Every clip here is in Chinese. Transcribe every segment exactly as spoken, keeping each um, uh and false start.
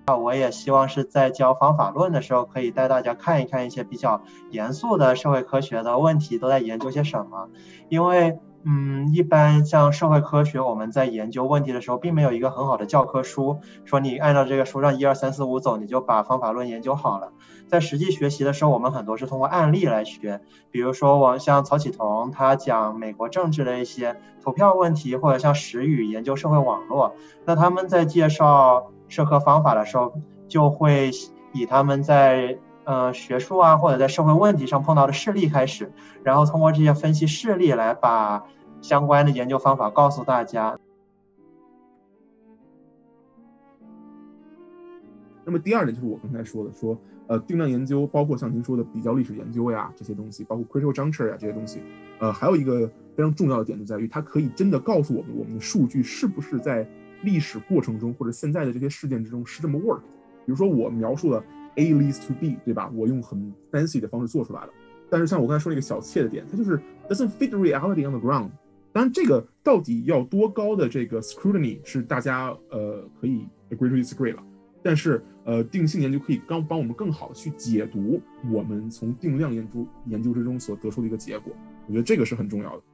我也希望是在教方法论的时候，可以带大家看一看一些比较严肃的社会科学的问题都在研究些什么。因为嗯，一般像社会科学，我们在研究问题的时候，并没有一个很好的教科书，说你按照这个书上一二三四五走，你就把方法论研究好了。在实际学习的时候，我们很多是通过案例来学，比如说我像曹启彤，他讲美国政治的一些投票问题，或者像石宇研究社会网络，那他们在介绍社科方法的时候，就会以他们在呃学术啊或者在社会问题上碰到的事例开始，然后通过这些分析事例来把相关的研究方法告诉大家。 那么第二点就是我刚才说的，说呃定量研究，包括像您说的比较历史研究呀这些东西，包括 critical juncture 呀这些东西，呃还有一个非常重要的点就在于，它可以真的告诉我们，我们的数据是不是在历史过程中或者现在的这些事件之中是这么 work。比如说我描述了 A leads to B， 对吧？我用很 fancy 的方式做出来了，但是像我刚才说那个小切的点，它就是 doesn't fit the reality on the ground。当然，这个到底要多高的这个 scrutiny 是大家呃可以 agree to disagree 了。但是，呃，定性研究可以刚帮我们更好的去解读我们从定量研究研究之中所得出的一个结果，我觉得这个是很重要的。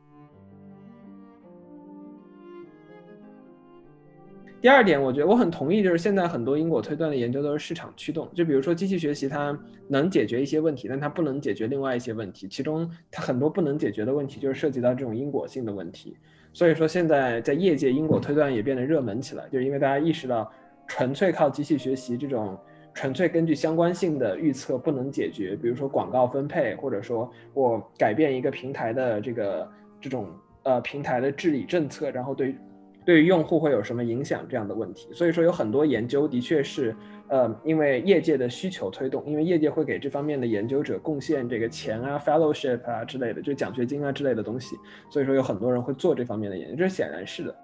第二点，我觉得我很同意，就是现在很多因果推断的研究都是市场驱动。就比如说机器学习，它能解决一些问题，但它不能解决另外一些问题，其中它很多不能解决的问题就是涉及到这种因果性的问题。所以说，现在在业界因果推断也变得热门起来，就是因为大家意识到，纯粹靠机器学习这种纯粹根据相关性的预测不能解决，比如说广告分配，或者说我改变一个平台的这个这种呃平台的治理政策，然后对对于用户会有什么影响这样的问题。所以说有很多研究的确是呃因为业界的需求推动，因为业界会给这方面的研究者贡献这个钱啊 fellowship 啊之类的，就奖学金啊之类的东西，所以说有很多人会做这方面的研究，这是显然是的。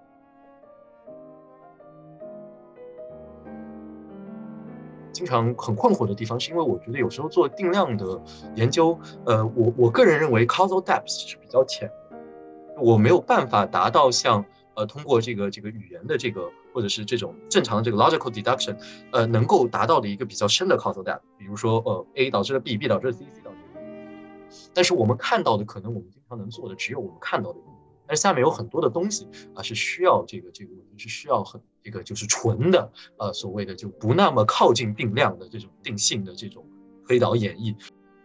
经常很困惑的地方，是因为我觉得有时候做定量的研究，呃，我我个人认为 causal depth 是比较浅的，我没有办法达到像呃通过这个这个语言的这个或者是这种正常的这个 logical deduction， 呃，能够达到的一个比较深的 causal depth， 比如说呃 A 导致了 B，B 导致了 C，C 导致了 D， 但是我们看到的可能我们经常能做的只有我们看到的。但是下面有很多的东西啊，是需要这个这个是需要很这个就是纯的呃所谓的就不那么靠近定量的这种定性的这种推导演绎。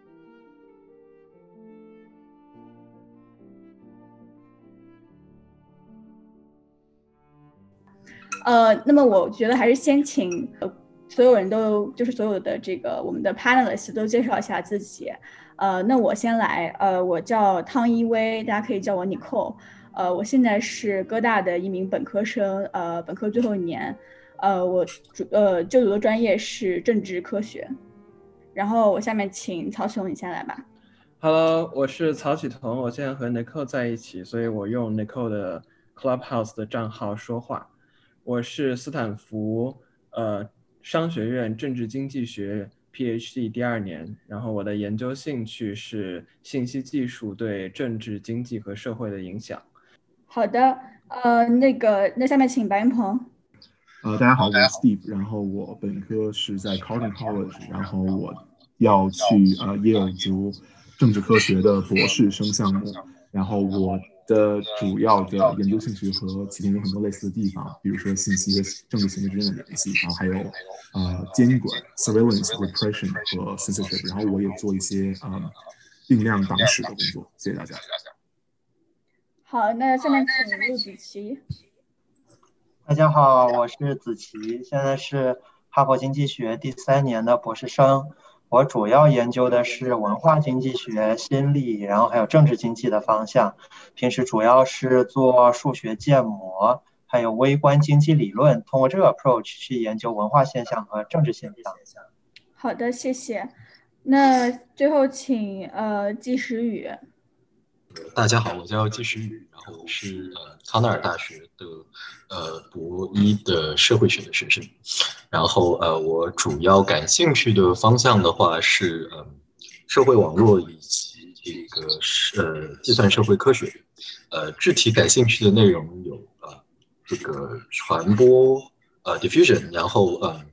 呃，那么我觉得还是先请呃所有人都就是所有的这个我们的 panelists 都介绍一下自己。呃，那我先来，呃，我叫汤一薇，大家可以叫我 Nicole。呃，我现在是哥大的一名本科生，呃，本科最后一年，呃，我主呃就读的专业是政治科学。然后我下面请曹雄，你先来吧。 Hello， 我是曹启彤，我现在和 Nicole 在一起，所以我用 Nicole 的 Clubhouse 的账号说话。我是斯坦福呃商学院政治经济学 PhD 第二年，然后我的研究兴趣是信息技术对政治经济和社会的影响。 好的，呃，那个，那下面请白云鹏。 呃，大家好，我是 Steve， 然后我本科是在 Carleton College， 然后我要去呃耶鲁读政治科学的博士生项目，然后我的主要的研究兴趣和启动有很多类似的地方，比如说信息和政治行为之间的联系，然后还有呃监管 surveillance、repression 和 censorship， 然后我也做一些呃定量党史的工作。谢谢大家。 好，那下面请陆子琪。 大家好，我是子琪，现在是哈佛经济学第三年的博士生。我主要研究的是文化经济学、心理，然后还有政治经济的方向。平时主要是做数学建模，还有微观经济理论，通过这个 approach 去研究文化现象和政治现象。 好的，谢谢。那最后请呃季时宇。 大家好，我叫季时宇，然后我是呃康奈尔大学的呃博一的社会学的学生，然后呃我主要感兴趣的方向的话是呃社会网络以及这个呃计算社会科学，呃具体感兴趣的内容有呃这个传播呃 diffusion， 然后呃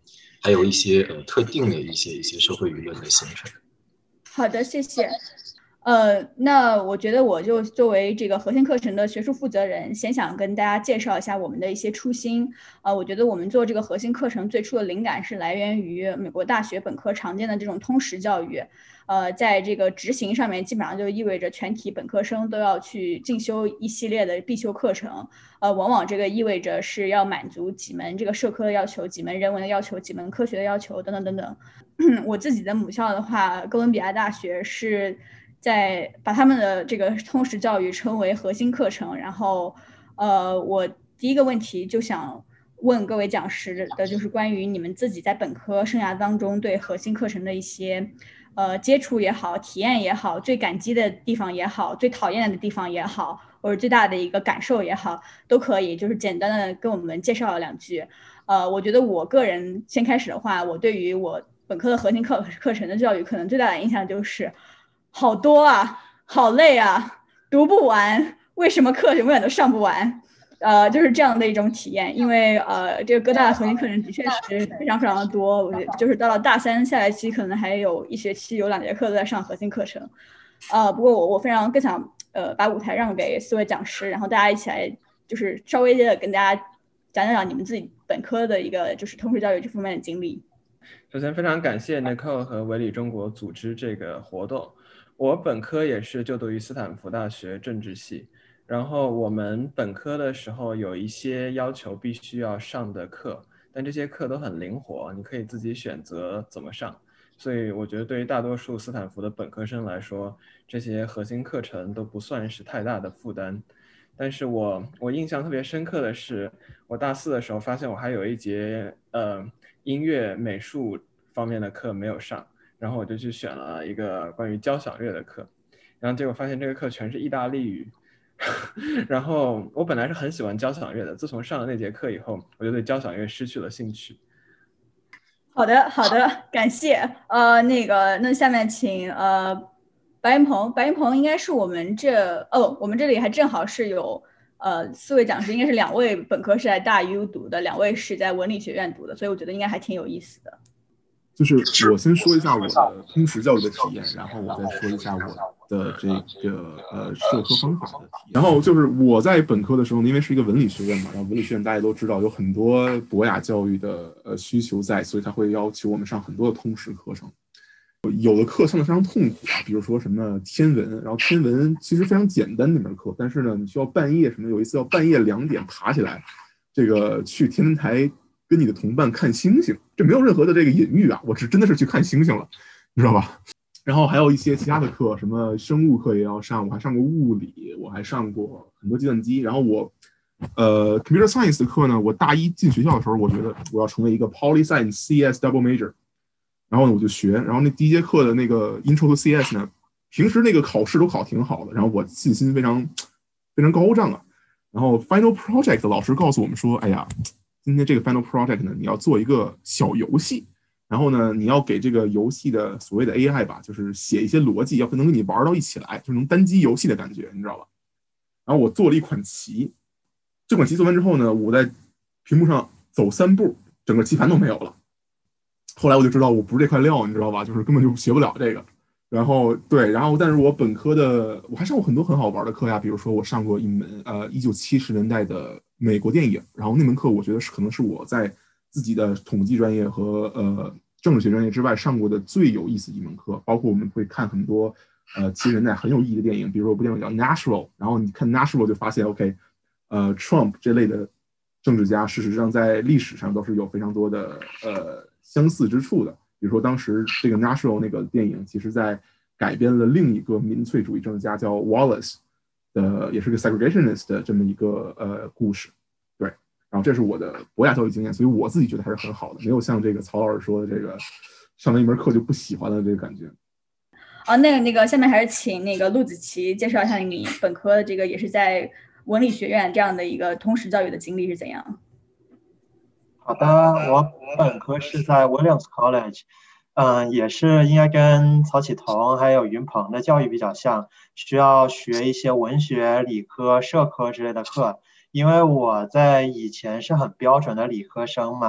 还有一些呃特定的一些一些社会舆论的形成。 好的，谢谢。呃，那我觉得我就作为这个核心课程的学术负责人，先想跟大家介绍一下我们的一些初心。呃，我觉得我们做这个核心课程最初的灵感是来源于美国大学本科常见的这种通识教育。呃，在这个执行上面，基本上就意味着全体本科生都要去进修一系列的必修课程。呃，往往这个意味着是要满足几门这个社科的要求、几门人文的要求、几门科学的要求等等等等。我自己的母校的话，哥伦比亚大学是在把他们的这个通识教育称为核心课程。然后，呃，我第一个问题就想问各位讲师的就是关于你们自己在本科生涯当中对核心课程的一些呃接触也好、体验也好、最感激的地方也好、最讨厌的地方也好，或者最大的一个感受也好，都可以，就是简单的跟我们介绍两句。呃，我觉得我个人先开始的话，我对于我本科的核心课课程的教育，可能最大的印象就是好多啊，好累啊，读不完，为什么课永远都上不完？呃，就是这样的一种体验。因为呃，这个哥大的核心课程的确是非常非常的多，我觉得就是到了大三下学期，可能还有一学期有两节课都在上核心课程。呃，不过我我非常更想呃把舞台让给四位讲师，然后大家一起来就是稍微的跟大家讲讲你们自己本科的一个就是通识教育这方面的经历。 首先非常感谢 Nicole 和维理中国组织这个活动。我本科也是就读于斯坦福大学政治系，然后我们本科的时候有一些要求必须要上的课，但这些课都很灵活，你可以自己选择怎么上。所以我觉得对于大多数斯坦福的本科生来说，这些核心课程都不算是太大的负担。但是我我印象特别深刻的是，我大四的时候发现我还有一节呃音乐美术方面的课没有上，然后我就去选了一个关于交响乐的课，然后结果发现这个课全是意大利语。然后我本来是很喜欢交响乐的，自从上了那节课以后，我就对交响乐失去了兴趣。 好的，好的，感谢。呃，那个，那下面请呃白云鹏，白云鹏应该是我们这哦，我们这里还正好是有呃四位讲师，应该是两位本科是在大 U 读的，两位是在文理学院读的，所以我觉得应该还挺有意思的。 就是我先说一下我的通识教育的体验，然后我再说一下我的这个呃社科方法的体验。然后就是我在本科的时候，因为是一个文理学院嘛，然后文理学院大家都知道有很多博雅教育的呃需求在，所以他会要求我们上很多的通识课程。有的课上的非常痛苦啊，比如说什么天文，然后天文其实非常简单那门课，但是呢，你需要半夜什么，有一次要半夜两点爬起来，这个去天文台跟你的同伴看星星，这没有任何的这个隐喻啊，我是真的是去看星星了，你知道吧？然后还有一些其他的课，什么生物课也要上，我还上过物理，我还上过很多计算机。然后我，呃，computer science 的课呢，我大一进学校的时候，我觉得我要成为一个 poly science C S double major。然后呢，我就学，然后那第一节课的那个 Intro to C S 呢，平时那个考试都考挺好的，然后我信心非常非常高涨啊。然后 Final Project 的老师告诉我们说，哎呀，今天这个 Final Project 呢，你要做一个小游戏，然后呢，你要给这个游戏的所谓的 A I 吧，就是写一些逻辑，要能跟你玩到一起来，就是能单机游戏的感觉，你知道吧？然后我做了一款棋，这款棋做完之后呢，我在屏幕上走三步，整个棋盘都没有了。后来我就知道我不是这块料，你知道吧？就是根本就学不了这个。然后对，然后但是我本科的我还上过很多很好玩的课呀，比如说我上过一门呃一九七十年代的美国电影，然后那门课我觉得是可能是我在自己的统计专业和呃政治学专业之外上过的最有意思的一门课。包括我们会看很多呃七十年代很有意义的电影，比如说有部电影叫 Nashville， 然后你看 Nashville 就发现 OK， 呃 Trump 这类的政治家事实上在历史上都是有非常多的呃相似之处的。比如说当时这个 Nashville 那个电影其实在改编了另一个民粹主义政治家叫 Wallace 的，也是个 segregationist 的这么一个呃故事。对，然后这是我的博雅教育经验，所以我自己觉得还是很好的，没有像这个曹老师说的这个上了一门课就不喜欢的这个感觉。 啊，那个那个下面还是请那个陆子琪介绍一下你本科的这个也是在文理学院这样的一个通识教育的经历是怎样。 好的，我本科是在 Williams College， 嗯，也是应该跟曹启彤还有云鹏的教育比较像，需要学一些文学、理科、社科之类的课。因为我在以前是很标准的理科生嘛，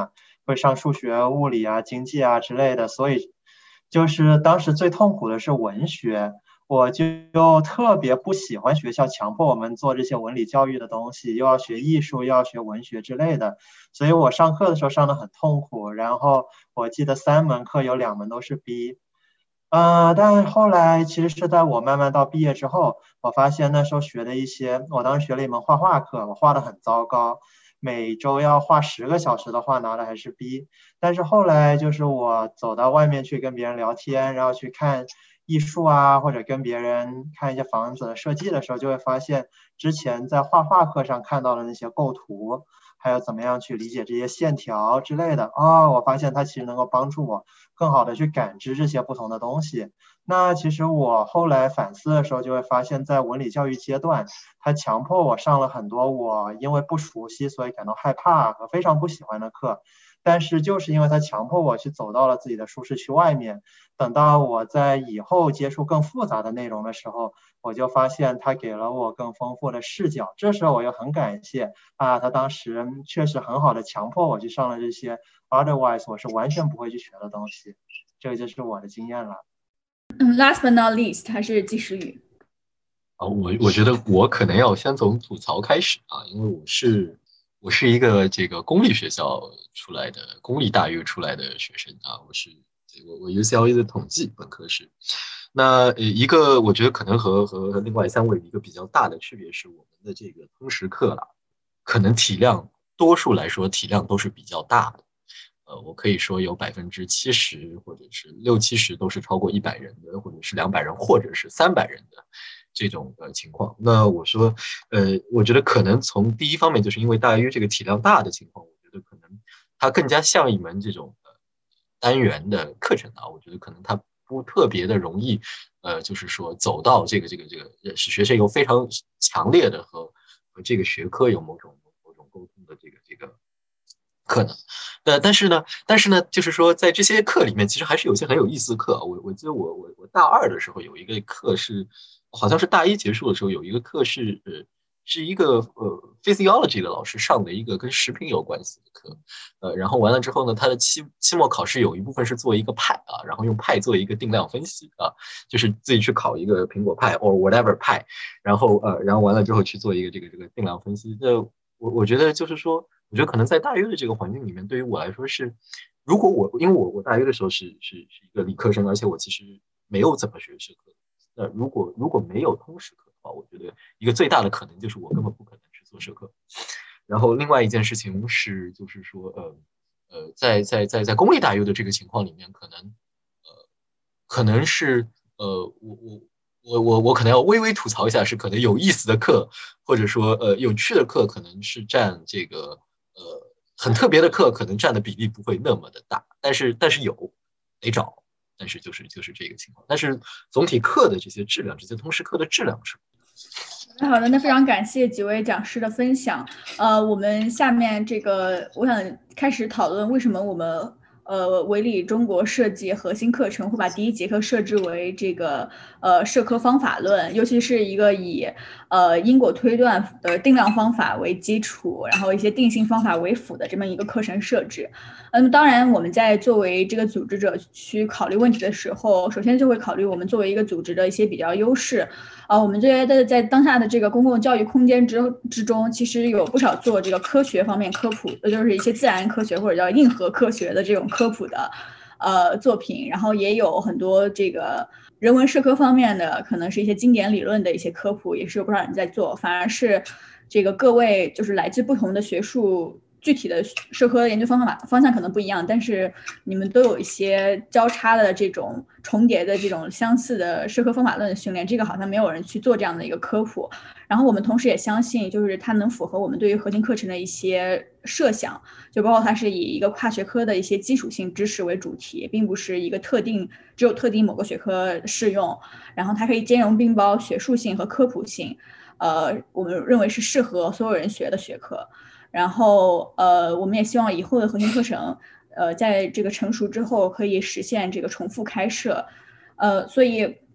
会上数学、物理啊、经济啊之类的，所以就是当时最痛苦的是文学。我就特别不喜欢学校强迫我们做这些文理教育的东西，又要学艺术，又要学文学之类的，所以我上课的时候上得很痛苦。然后我记得三门课有两门都是 B， 呃，但后来其实是在我慢慢到毕业之后，我发现那时候学的一些，我当时学了一门画画课，我画得很糟糕，每周要画十个小时的画拿的还是 B。但是后来就是我走到外面去跟别人聊天，然后去看艺术啊，或者跟别人看一些房子的设计的时候，就会发现之前在画画课上看到的那些构图，还有怎么样去理解这些线条之类的啊、哦，我发现它其实能够帮助我更好的去感知这些不同的东西。那其实我后来反思的时候，就会发现在文理教育阶段，它强迫我上了很多我因为不熟悉所以感到害怕和非常不喜欢的课。但是就是因为它强迫我去走到了自己的舒适区外面，等到我在以后接触更复杂的内容的时候，我就发现它给了我更丰富的视角。这时候我又很感谢啊，他当时确实很好的强迫我去上了这些 otherwise 我是完全不会去学的东西。这个就是我的经验了。 嗯 ，last but not least 还是纪时雨。 啊，我我觉得我可能要先从吐槽开始啊，因为我是我是一个这个公立学校出来的，公立大学出来的学生啊，我是我我 U C L A 的统计本科是。那呃一个我觉得可能和和另外三位一个比较大的区别是，我们的这个通识课啦，可能体量多数来说体量都是比较大的。呃，我可以说有百分之七十或者是六七十都是超过一百人的，或者是两百人，或者是三百人的这种呃情况。那我说，呃，我觉得可能从第一方面，就是因为大约这个体量大的情况，我觉得可能它更加像一门这种呃单元的课程啊。我觉得可能它不特别的容易，呃，就是说走到这个这个这个使学生有非常强烈的和和这个学科有某种某种沟通的这个这个。可能，呃，但是呢，但是呢，就是说，在这些课里面，其实还是有些很有意思的课。我我记得我我我大二的时候有一个课是，好像是大一结束的时候有一个课是，呃，是一个呃 physiology 的老师上的一个跟食品有关系的课，呃，然后完了之后呢，他的期期末考试有一部分是做一个派啊，然后用派做一个定量分析啊，就是自己去考一个苹果派 or whatever 派，然后呃，然后完了之后去做一个这个这个定量分析。这我我觉得就是说。我觉得可能在大约的这个环境里面，对于我来说是，如果我因为我我大约的时候是是是一个理科生，而且我其实没有怎么学社科。那如果如果没有通识课的话，我觉得一个最大的可能就是我根本不可能去做社科。然后另外一件事情是，就是说呃呃，在在在在公立大优的这个情况里面，可能呃可能是呃我我。我我我可能要微微吐槽一下，是可能有意思的课，或者说呃有趣的课，可能是占这个呃很特别的课，可能占的比例不会那么的大，但是但是有得找，但是就是就是这个情况。但是总体课的这些质量，这些通识课的质量是。 好的，那非常感谢几位讲师的分享。呃，我们下面这个，我想开始讨论为什么我们。呃，维理中国设计核心课程会把第一节课设置为这个呃社科方法论，尤其是一个以呃因果推断的定量方法为基础，然后一些定性方法为辅的这么一个课程设置。那么当然，我们在作为这个组织者去考虑问题的时候，首先就会考虑我们作为一个组织的一些比较优势。啊、呃，我们觉得在当下的这个公共教育空间之之中，其实有不少做这个科学方面科普，呃，就是一些自然科学或者叫硬核科学的这种科普的呃作品，然后也有很多这个人文社科方面的，可能是一些经典理论的一些科普，也是有不少人在做。反而是这个各位就是来自不同的学术。具体的社科研究方法方向可能不一样，但是你们都有一些交叉的这种重叠的这种相似的社科方法论的训练，这个好像没有人去做这样的一个科普。然后我们同时也相信，就是它能符合我们对于核心课程的一些设想，就包括它是以一个跨学科的一些基础性知识为主题，并不是一个特定只有特定某个学科适用，然后它可以兼容并包学术性和科普性，呃，我们认为是适合所有人学的学科。然后，呃，我们也希望以后的核心课程，呃，在这个成熟之后可以实现这个重复开设，呃，所以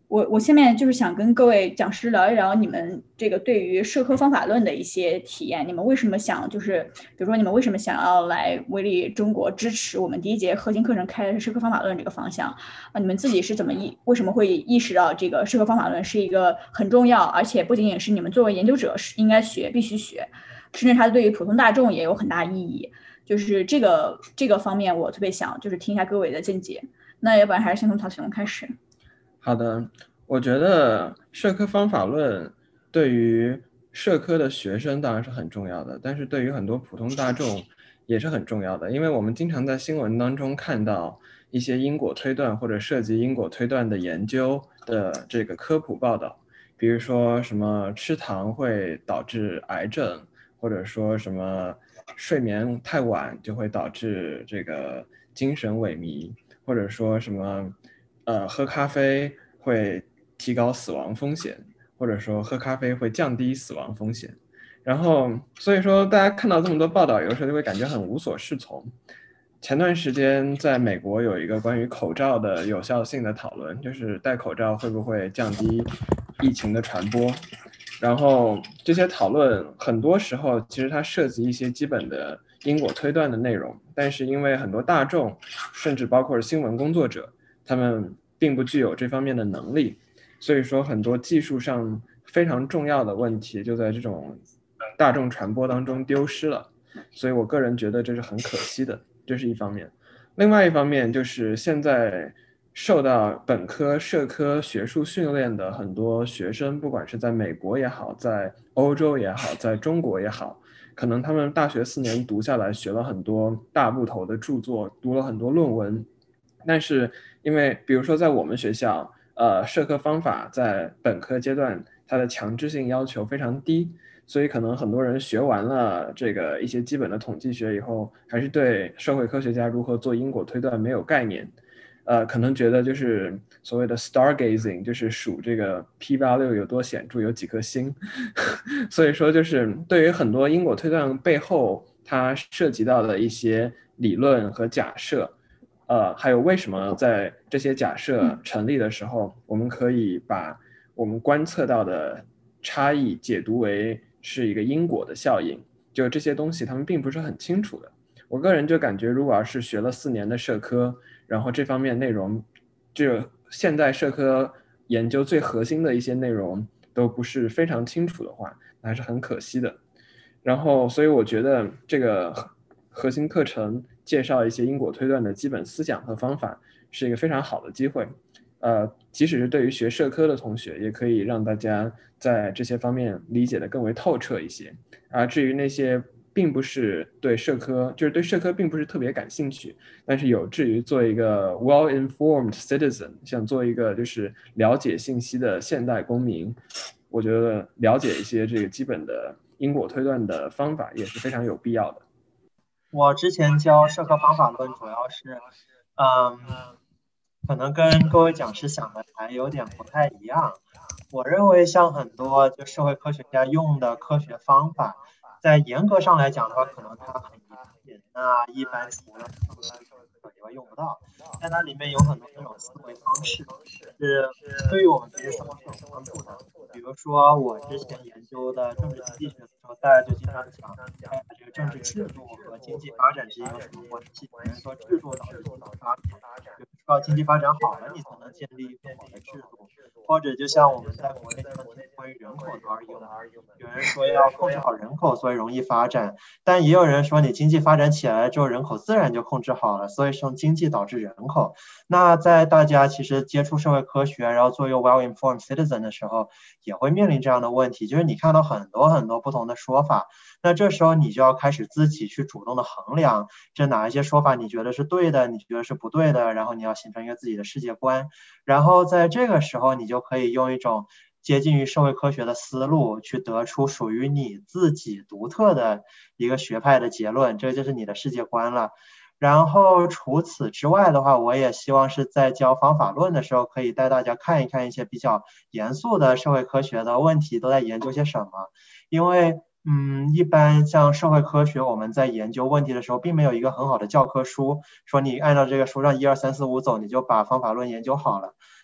我我下面就是想跟各位讲师聊一聊你们这个对于社科方法论的一些体验。你们为什么想就是，比如说你们为什么想要来微粒中国支持我们第一节核心课程开的是社科方法论这个方向啊？你们自己是怎么意为什么会意识到这个社科方法论是一个很重要，而且不仅仅是你们作为研究者是应该学必须学，甚至它对于普通大众也有很大意义。就是这个这个方面，我特别想就是听一下各位的见解。那要不然还是先从曹启龙开始。 好的，我觉得社科方法论对于社科的学生当然是很重要的，但是对于很多普通大众也是很重要的，因为我们经常在新闻当中看到一些因果推断或者涉及因果推断的研究的这个科普报道，比如说什么吃糖会导致癌症，或者说什么睡眠太晚就会导致这个精神萎靡，或者说什么呃，喝咖啡会提高死亡风险，或者说喝咖啡会降低死亡风险。然后，所以说大家看到这么多报道，有的时候就会感觉很无所适从。前段时间在美国有一个关于口罩的有效性的讨论，就是戴口罩会不会降低疫情的传播。然后这些讨论很多时候其实它涉及一些基本的因果推断的内容，但是因为很多大众，甚至包括新闻工作者，他们并不具有这方面的能力，所以说很多技术上非常重要的问题就在这种大众传播当中丢失了，所以我个人觉得这是很可惜的，这是一方面。另外一方面就是现在受到本科社科学术训练的很多学生，不管是在美国也好，在欧洲也好，在中国也好，可能他们大学四年读下来学了很多大部头的著作，读了很多论文，但是因为比如说在我们学校，呃，社科方法在本科阶段它的强制性要求非常低，所以可能很多人学完了这个一些基本的统计学以后，还是对社会科学家如何做因果推断没有概念。呃，可能觉得就是所谓的 stargazing， 就是数这个 p 八六有多显著，有几颗星。所以说，就是对于很多因果推断背后，它涉及到的一些理论和假设，呃，还有为什么在这些假设成立的时候，我们可以把我们观测到的差异解读为是一个因果的效应，就这些东西他们并不是很清楚的。我个人就感觉，如果要是学了四年的社科，然后这方面内容，就现代社科研究最核心的一些内容都不是非常清楚的话，那还是很可惜的。然后，所以我觉得这个核心课程介绍一些因果推断的基本思想和方法，是一个非常好的机会。呃，即使是对于学社科的同学，也可以让大家在这些方面理解的更为透彻一些。而至于那些并不是对社科，就是对社科并不是特别感兴趣，但是有志于做一个 well-informed citizen， 想做一个就是了解信息的现代公民，我觉得了解一些这个基本的因果推断的方法也是非常有必要的。 我之前教社科方法论主要是，嗯，可能跟各位讲师想的还有点不太一样。我认为像很多就社会科学家用的科学方法，在严格上来讲的话，可能它很严谨，那一般除了社会科学以外用不到。但它里面有很多那种思维方式是对于我们平时生活是有帮助的。比如说我之前研究的政治经济学的时候，大家就经常讲，哎，这个政治制度和经济发展之间有什么关系？有人说制度导致经济发展，有人说经济发展好了，你才能建立更好的制度。或者就像我们在国内常听关于人口的argument，有人说要控制好人口，所以容易发展，但也有人说你经济发展起来之后，人口自然就控制好了，所以说经济导致人口。那在大家其实接触社会科学，然后做一个 well-informed citizen 的时候，也会面临这样的问题，就是你看到很多很多不同的说法，那这时候你就要开始自己去主动的衡量，这哪一些说法你觉得是对的，你觉得是不对的，然后你要形成一个自己的世界观，然后在这个时候你就可以用一种接近于社会科学的思路去得出属于你自己独特的一个学派的结论，这就是你的世界观了。然后除此之外的话，我也希望是在教方法论的时候，可以带大家看一看一些比较严肃的社会科学的问题都在研究些什么。因为嗯，一般像社会科学，我们在研究问题的时候，并没有一个很好的教科书，说你按照这个书上一二三四五走，你就把方法论研究好了。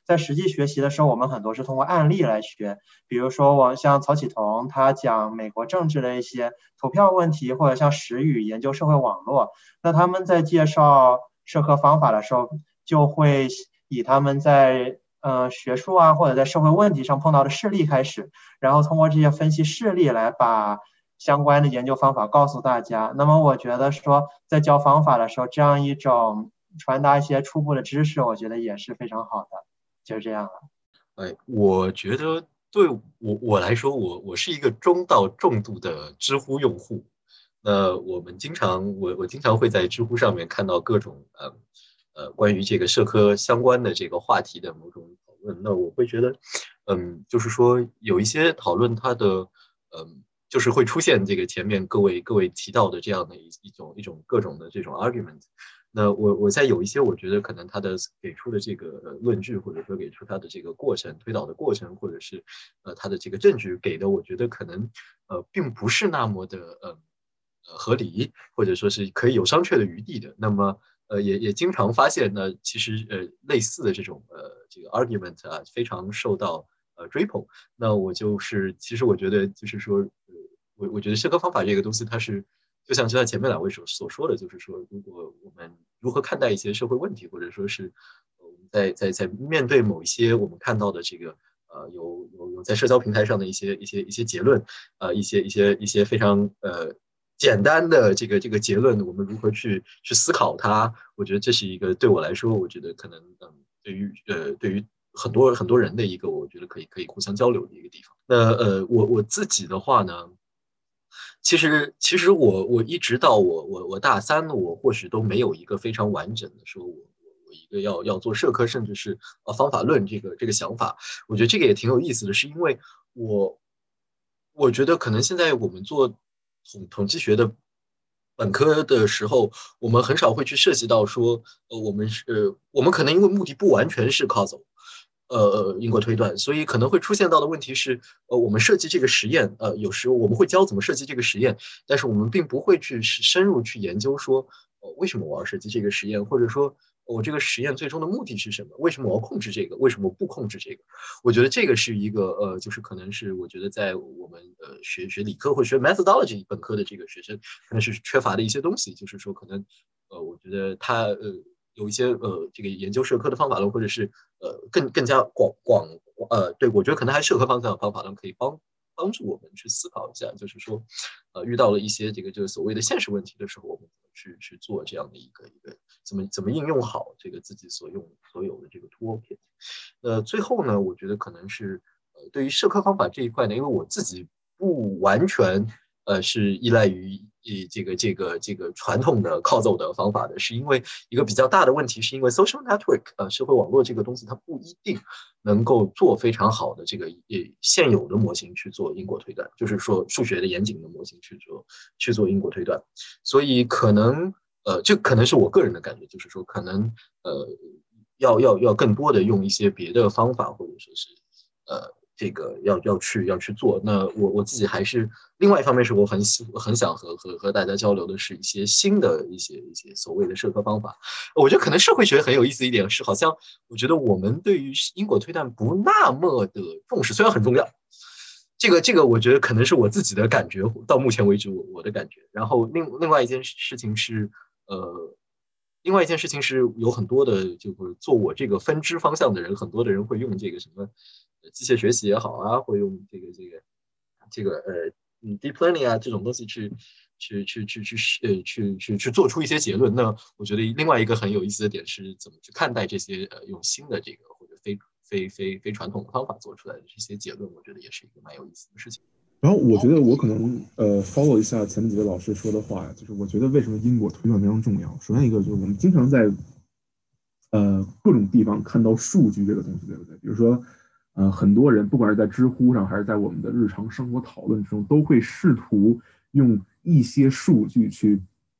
在实际学习的时候，我们很多是通过案例来学，比如说我像曹启彤，他讲美国政治的一些投票问题，或者像石宇研究社会网络，那他们在介绍社科方法的时候，就会以他们在呃学术啊或者在社会问题上碰到的事例开始，然后通过这些分析事例来把相关的研究方法告诉大家。那么我觉得说在教方法的时候，这样一种传达一些初步的知识，我觉得也是非常好的。就是这样了。 哎，我觉得对我我来说，我我是一个中到重度的知乎用户。那我们经常我我经常会在知乎上面看到各种呃呃关于这个社科相关的这个话题的某种讨论。那我会觉得，嗯，就是说有一些讨论它的嗯。就是会出现这个前面各位各位提到的这样的一一种一种各种的这种 argument。那我我在有一些我觉得可能他的给出的这个论据，或者说给出他的这个过程推导的过程，或者是呃他的这个证据给的，我觉得可能呃并不是那么的呃呃合理，或者说是可以有商榷的余地的。那么呃也也经常发现呢，其实呃类似的这种呃这个 argument 啊，非常受到呃追捧。那我就是其实我觉得就是说。呃我我觉得社科方法这个东西，它是就像就像前面两位所所说的，就是说，如果我们如何看待一些社会问题，或者说是我们在在在面对某一些我们看到的这个呃有有有在社交平台上的一些一些一些结论，呃一些一些一些非常呃简单的这个这个结论，我们如何去去思考它？我觉得这是一个对我来说，我觉得可能嗯对于呃对于很多很多人的一个，我觉得可以可以互相交流的一个地方。那呃我我自己的话呢？其实，其实我我一直到我我我大三，我或许都没有一个非常完整的说我我我一个要要做社科，甚至是呃方法论这个这个想法。我觉得这个也挺有意思的，是因为我我觉得可能现在我们做统统计学的本科的时候，我们很少会去涉及到说，呃，我们是呃我们可能因为目的不完全是 causal。呃因果推断，所以可能会出现到的问题是，呃，我们设计这个实验，呃，有时候我们会教怎么设计这个实验，但是我们并不会去深入去研究说，呃，为什么我要设计这个实验，或者说我这个实验最终的目的是什么？为什么我要控制这个？为什么我不控制这个？我觉得这个是一个呃，就是可能是我觉得在我们呃学学理科或学 methodology 本科的这个学生可能是缺乏的一些东西，就是说可能呃，我觉得他呃。有一些呃，这个研究社科的方法论，或者是呃更更加广广呃，对我觉得可能还社科方向的方法论可以帮帮助我们去思考一下，就是说呃遇到了一些这个就是所谓的现实问题的时候，我们怎么去去做这样的一个一个怎么怎么应用好这个自己所用所有的这个 toolkit。呃，最后呢，我觉得可能是呃对于社科方法这一块呢，因为我自己不完全。呃，是依赖于呃这个这个这个传统的靠走的方法的，是因为一个比较大的问题，是因为 social network 呃社会网络这个东西，它不一定能够做非常好的这个呃现有的模型去做因果推断，就是说数学的严谨的模型去做去做因果推断，所以可能呃这可能是我个人的感觉，就是说可能呃要要要更多的用一些别的方法，或者说是呃。这个要要去要去做，那我我自己还是另外一方面是我很很想和和和大家交流的是一些新的一些一些所谓的社科方法。我觉得可能社会学很有意思一点是，好像我觉得我们对于因果推断不那么的重视，虽然很重要。这个这个我觉得可能是我自己的感觉，到目前为止我我的感觉。然后另另外一件事情是，呃。另外一件事情是，有很多的，就是做我这个分支方向的人，很多的人会用这个什么机械学习也好啊，会用这个这个这个呃嗯 deep learning 啊这种东西去去去去去呃去去去做出一些结论。那我觉得另外一个很有意思的点是，怎么去看待这些呃用新的这个或者非非非非传统的方法做出来的这些结论，我觉得也是一个蛮有意思的事情。 然后我觉得我可能呃 follow 一下前面几位老师说的话，就是我觉得为什么因果推断非常重要。首先一个就是我们经常在呃各种地方看到数据这个东西，对不对？比如说呃很多人不管是在知乎上还是在我们的日常生活讨论中，都会试图用一些数据去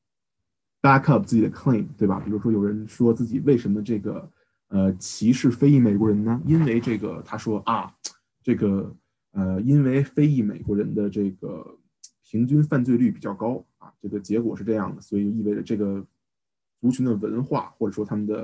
back up 自己的 claim， 对吧？比如说有人说自己为什么这个呃歧视非裔美国人呢？因为这个他说啊这个。呃，因为非裔美国人的这个平均犯罪率比较高啊，这个结果是这样的，所以意味着这个族群的文化或者说他们的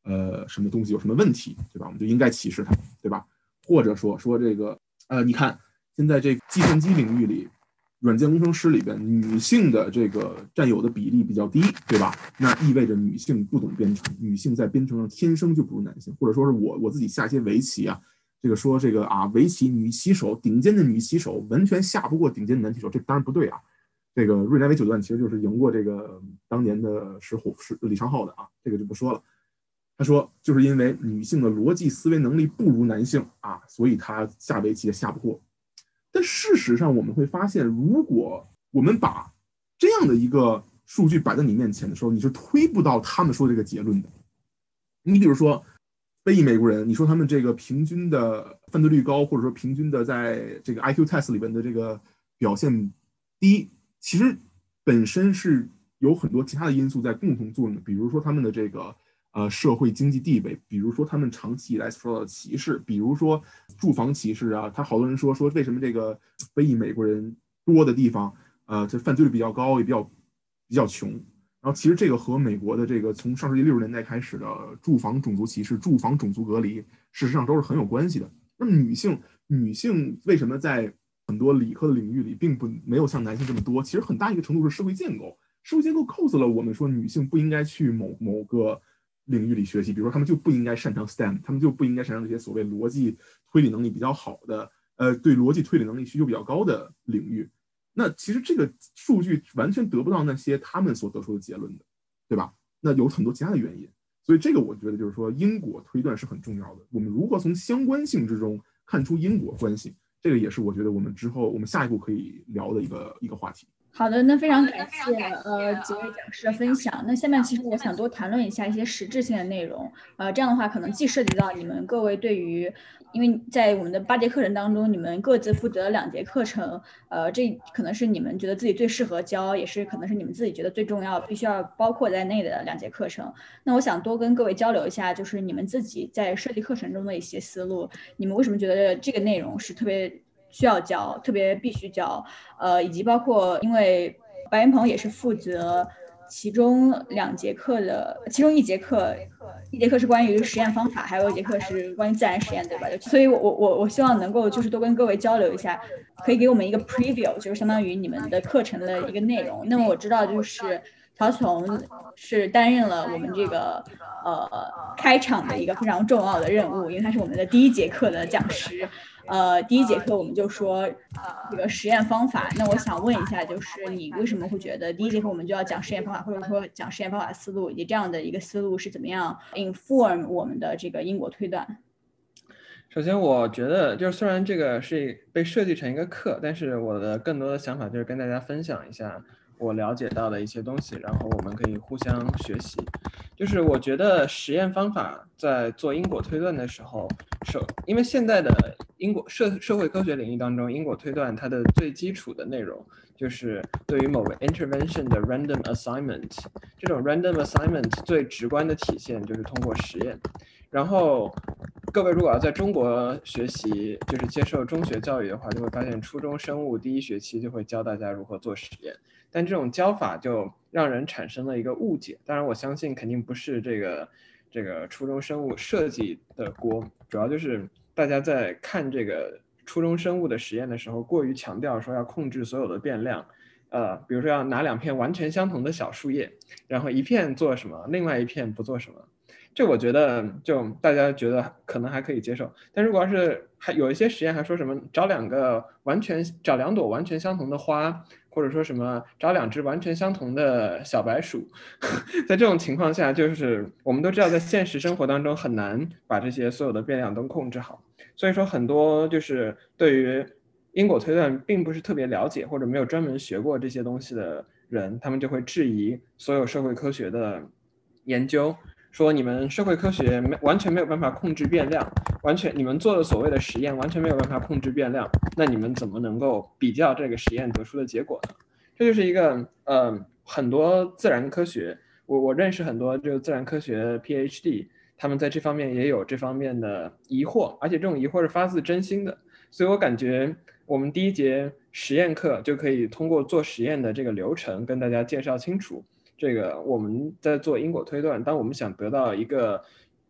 呃什么东西有什么问题，对吧？我们就应该歧视它，对吧？或者说说这个呃，你看现在这个计算机领域里，软件工程师里边女性的这个占有的比例比较低，对吧？那意味着女性不懂编程，女性在编程上天生就不如男性，或者说是我我自己下些围棋啊，这个说这个啊围棋女棋手顶尖的女棋手完全下不过顶尖的男棋手，这当然不对啊。这个瑞南围九段其实就是赢过这个当年的是虎是李昌镐的啊，这个就不说了。他说就是因为女性的逻辑思维能力不如男性啊，所以她下围棋也下不过。但事实上我们会发现，如果我们把这样的一个数据摆在你面前的时候，你是推不到他们说这个结论的。你比如说非裔美国人，你说他们这个平均的犯罪率高，或者说平均的在这个 I Q test 里边的这个表现低，其实本身是有很多其他的因素在共同作用的，比如说他们的这个呃社会经济地位，比如说他们长期以来受到的歧视，比如说住房歧视啊。他好多人说说为什么这个非裔美国人多的地方，呃，这犯罪率比较高，也比较比较穷。然后其实这个和美国的这个从上世纪六十年代开始的住房种族歧视、住房种族隔离，事实上都是很有关系的。那么女性女性为什么在很多理科的领域里并不没有像男性这么多？其实很大一个程度是社会建构，社会建构 cos 了我们说女性不应该去某某个领域里学习，比如说他们就不应该擅长 S T E M， 他们就不应该擅长这些所谓逻辑推理能力比较好的，呃，对逻辑推理能力需求比较高的领域。那其实这个数据完全得不到那些他们所得出的结论的，对吧？那有很多其他的原因，所以这个我觉得就是说因果推断是很重要的。我们如何从相关性之中看出因果关系，这个也是我觉得我们之后我们下一步可以聊的一个一个话题。 好的，那非常感谢呃几位讲师的分享。那下面其实我想多谈论一下一些实质性的内容，呃，这样的话可能既涉及到你们各位对于，因为在我们的八节课程当中，你们各自负责两节课程，呃，这可能是你们觉得自己最适合教，也是可能是你们自己觉得最重要、必须要包括在内的两节课程。那我想多跟各位交流一下，就是你们自己在设计课程中的一些思路，你们为什么觉得这个内容是特别需要教，特别必须教，呃，以及包括因为白云鹏也是负责其中两节课的，其中一节课，一节课是关于实验方法，还有一节课是关于自然实验，对吧？所以我我我希望能够就是多跟各位交流一下，可以给我们一个 preview， 就是相当于你们的课程的一个内容。那么我知道就是曹总是担任了我们这个呃开场的一个非常重要的任务，因为他是我们的第一节课的讲师。呃，第一节课我们就说这个实验方法。那我想问一下，就是你为什么会觉得第一节课我们就要讲实验方法，或者说讲实验方法思路，以及这样的一个思路是怎么样 inform 我们的这个因果推断？ 首先，我觉得就是虽然这个是被设计成一个课，但是我的更多的想法就是跟大家分享一下我了解到的一些东西，然后我们可以互相学习。就是我觉得实验方法在做因果推断的时候，首因为现在的因果社社会科学领域当中，因果推断它的最基础的内容就是对于某个 intervention 的 random assignment。这种 random assignment 最直观的体现就是通过实验。然后各位如果要在中国学习，就是接受中学教育的话，就会发现初中生物第一学期就会教大家如何做实验，但这种教法就让人产生了一个误解。当然我相信肯定不是这个这个初中生物设计的锅，主要就是大家在看这个初中生物的实验的时候，过于强调说要控制所有的变量，呃，比如说要拿两片完全相同的小树叶，然后一片做什么，另外一片不做什么。这我觉得就大家觉得可能还可以接受，但如果要是还有一些实验还说什么找两个完全找两朵完全相同的花，或者说什么找两只完全相同的小白鼠，在这种情况下，就是我们都知道在现实生活当中很难把这些所有的变量都控制好，所以说很多就是对于因果推断并不是特别了解或者没有专门学过这些东西的人，他们就会质疑所有社会科学的研究，说你们社会科学没完全没有办法控制变量，完全你们做的所谓的实验完全没有办法控制变量，那你们怎么能够比较这个实验得出的结果呢？这就是一个呃很多自然科学，我我认识很多这个自然科学 P H D， 他们在这方面也有这方面的疑惑，而且这种疑惑是发自真心的，所以我感觉我们第一节实验课就可以通过做实验的这个流程跟大家介绍清楚。这个我们在做因果推断，当我们想得到一个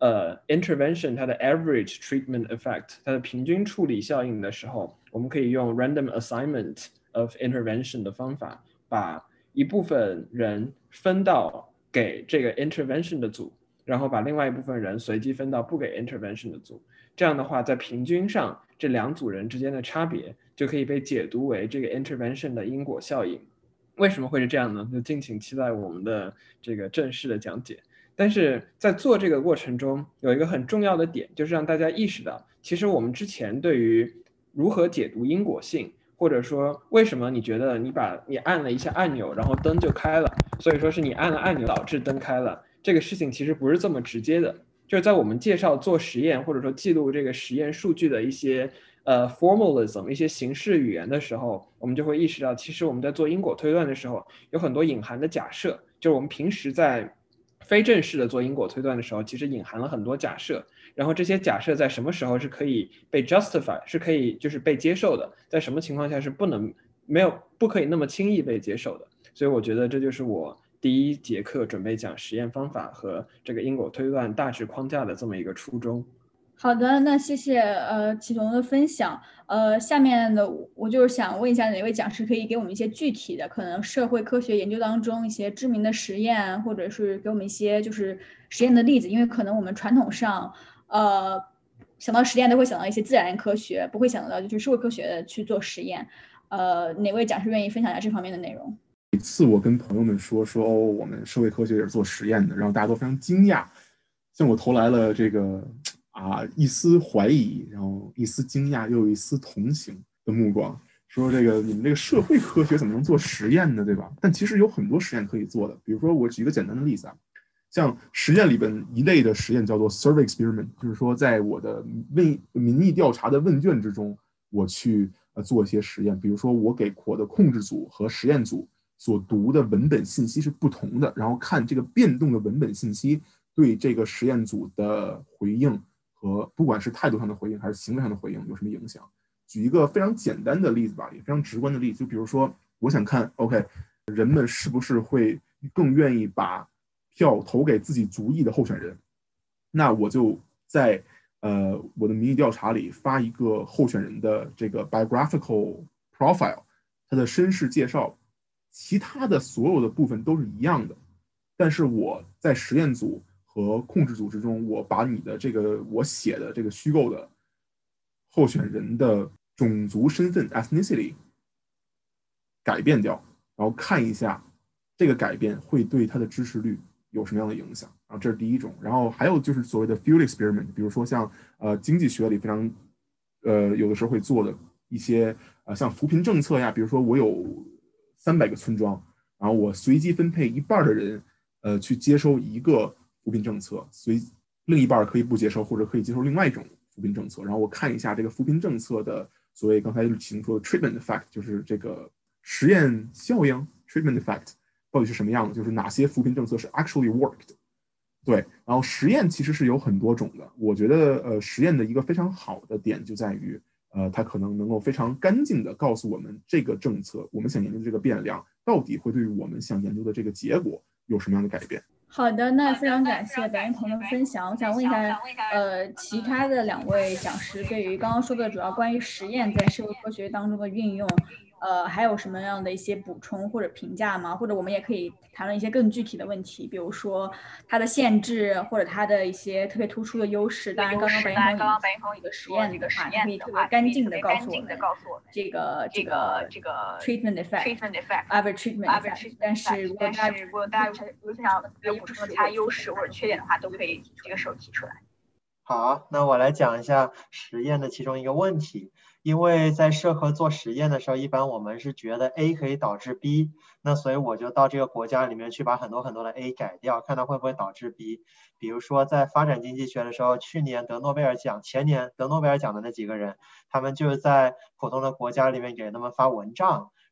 呃 intervention 它的 average treatment effect 它的平均处理效应的时候，我们可以用 random assignment of intervention 的方法，把一部分人分到给这个 intervention 的组，然后把另外一部分人随机分到不给 intervention 的组。这样的话，在平均上，这两组人之间的差别就可以被解读为这个 intervention 的因果效应。为什么会是这样呢？就敬请期待我们的这个正式的讲解。但是在做这个过程中，有一个很重要的点，就是让大家意识到，其实我们之前对于如何解读因果性，或者说为什么你觉得你把你按了一下按钮，然后灯就开了，所以说是你按了按钮导致灯开了，这个事情其实不是这么直接的。就是在我们介绍做实验或者说记录这个实验数据的一些呃 formalism 一些形式语言的时候，我们就会意识到，其实我们在做因果推断的时候，有很多隐含的假设，就是我们平时在非正式的做因果推断的时候，其实隐含了很多假设，然后这些假设在什么时候是可以被 justify 是可以就是被接受的，在什么情况下是不能没有不可以那么轻易被接受的。所以我觉得这就是我第一节课准备讲实验方法和这个因果推断大致框架的这么一个初衷。 好的，那谢谢呃启彤的分享。呃，下面的我就是想问一下哪位讲师可以给我们一些具体的，可能社会科学研究当中一些知名的实验，或者是给我们一些就是实验的例子，因为可能我们传统上呃想到实验都会想到一些自然科学，不会想到就是社会科学去做实验。呃，哪位讲师愿意分享一下这方面的内容？ 每次我跟朋友们说说哦，我们社会科学也是做实验的，然后大家都非常惊讶，向我投来了这个啊一丝怀疑，然后一丝惊讶，又有一丝同情的目光，说这个你们这个社会科学怎么能做实验呢，对吧？但其实有很多实验可以做的，比如说我举一个简单的例子啊，像实验里边一类的实验叫做 survey experiment， 就是说在我的问民意调查的问卷之中，我去呃做一些实验，比如说我给我的控制组和实验组所读的文本信息是不同的，然后看这个变动的文本信息对这个实验组的回应和不管是态度上的回应还是行为上的回应有什么影响。举一个非常简单的例子吧，也非常直观的例子，就比如说我想看 OK 人们是不是会更愿意把票投给自己族裔的候选人，那我就在呃我的民意调查里发一个候选人的这个 biographical profile， 他的身世介绍，其他的所有的部分都是一样的，但是我在实验组和控制组之中，我把你的这个我写的这个虚构的候选人的种族身份 ethnicity 改变掉，然后看一下这个改变会对他的支持率有什么样的影响。然后这是第一种，然后还有就是所谓的 field experiment， 比如说像呃经济学里非常呃有的时候会做的一些呃像扶贫政策呀，比如说我有三百个村庄，然后我随机分配一半的人呃去接收一个扶贫政策，随另一半可以不接收或者可以接受另外一种扶贫政策，然后我看一下这个扶贫政策的所谓刚才启说的 treatment effect， 就是这个实验效应 treatment effect 到底是什么样的，就是哪些扶贫政策是 actually worked。 对，然后实验其实是有很多种的，我觉得呃实验的一个非常好的点就在于呃它可能能够非常干净的告诉我们这个政策我们想研究的这个变量到底会对于我们想研究的这个结果有什么样的改变。 好的，那非常感谢白云鹏的分享。我想问一下，呃，其他的两位讲师对于刚刚说的主要关于实验在社会科学当中的运用，呃，还有什么样的一些补充或者评价吗？或者我们也可以谈论一些更具体的问题，比如说它的限制或者它的一些特别突出的优势。当然，刚刚白云鹏一个实验的话，可以特别干净的告诉我们这个这个这个 treatment effect、average treatment effect。但是如果大家如果大家有想要补充其他优势或者缺点的话，都可以这个手提出来。 好，那我来讲一下实验的其中一个问题。因为在社科做实验的时候，一般我们是觉得 A 可以导致 B， 那所以我就到这个国家里面去把很多很多的 A 改掉，看它会不会导致 B。比如说在发展经济学的时候，去年得诺贝尔奖，前年得诺贝尔奖的那几个人，他们就是在普通的国家里面给他们发蚊帐，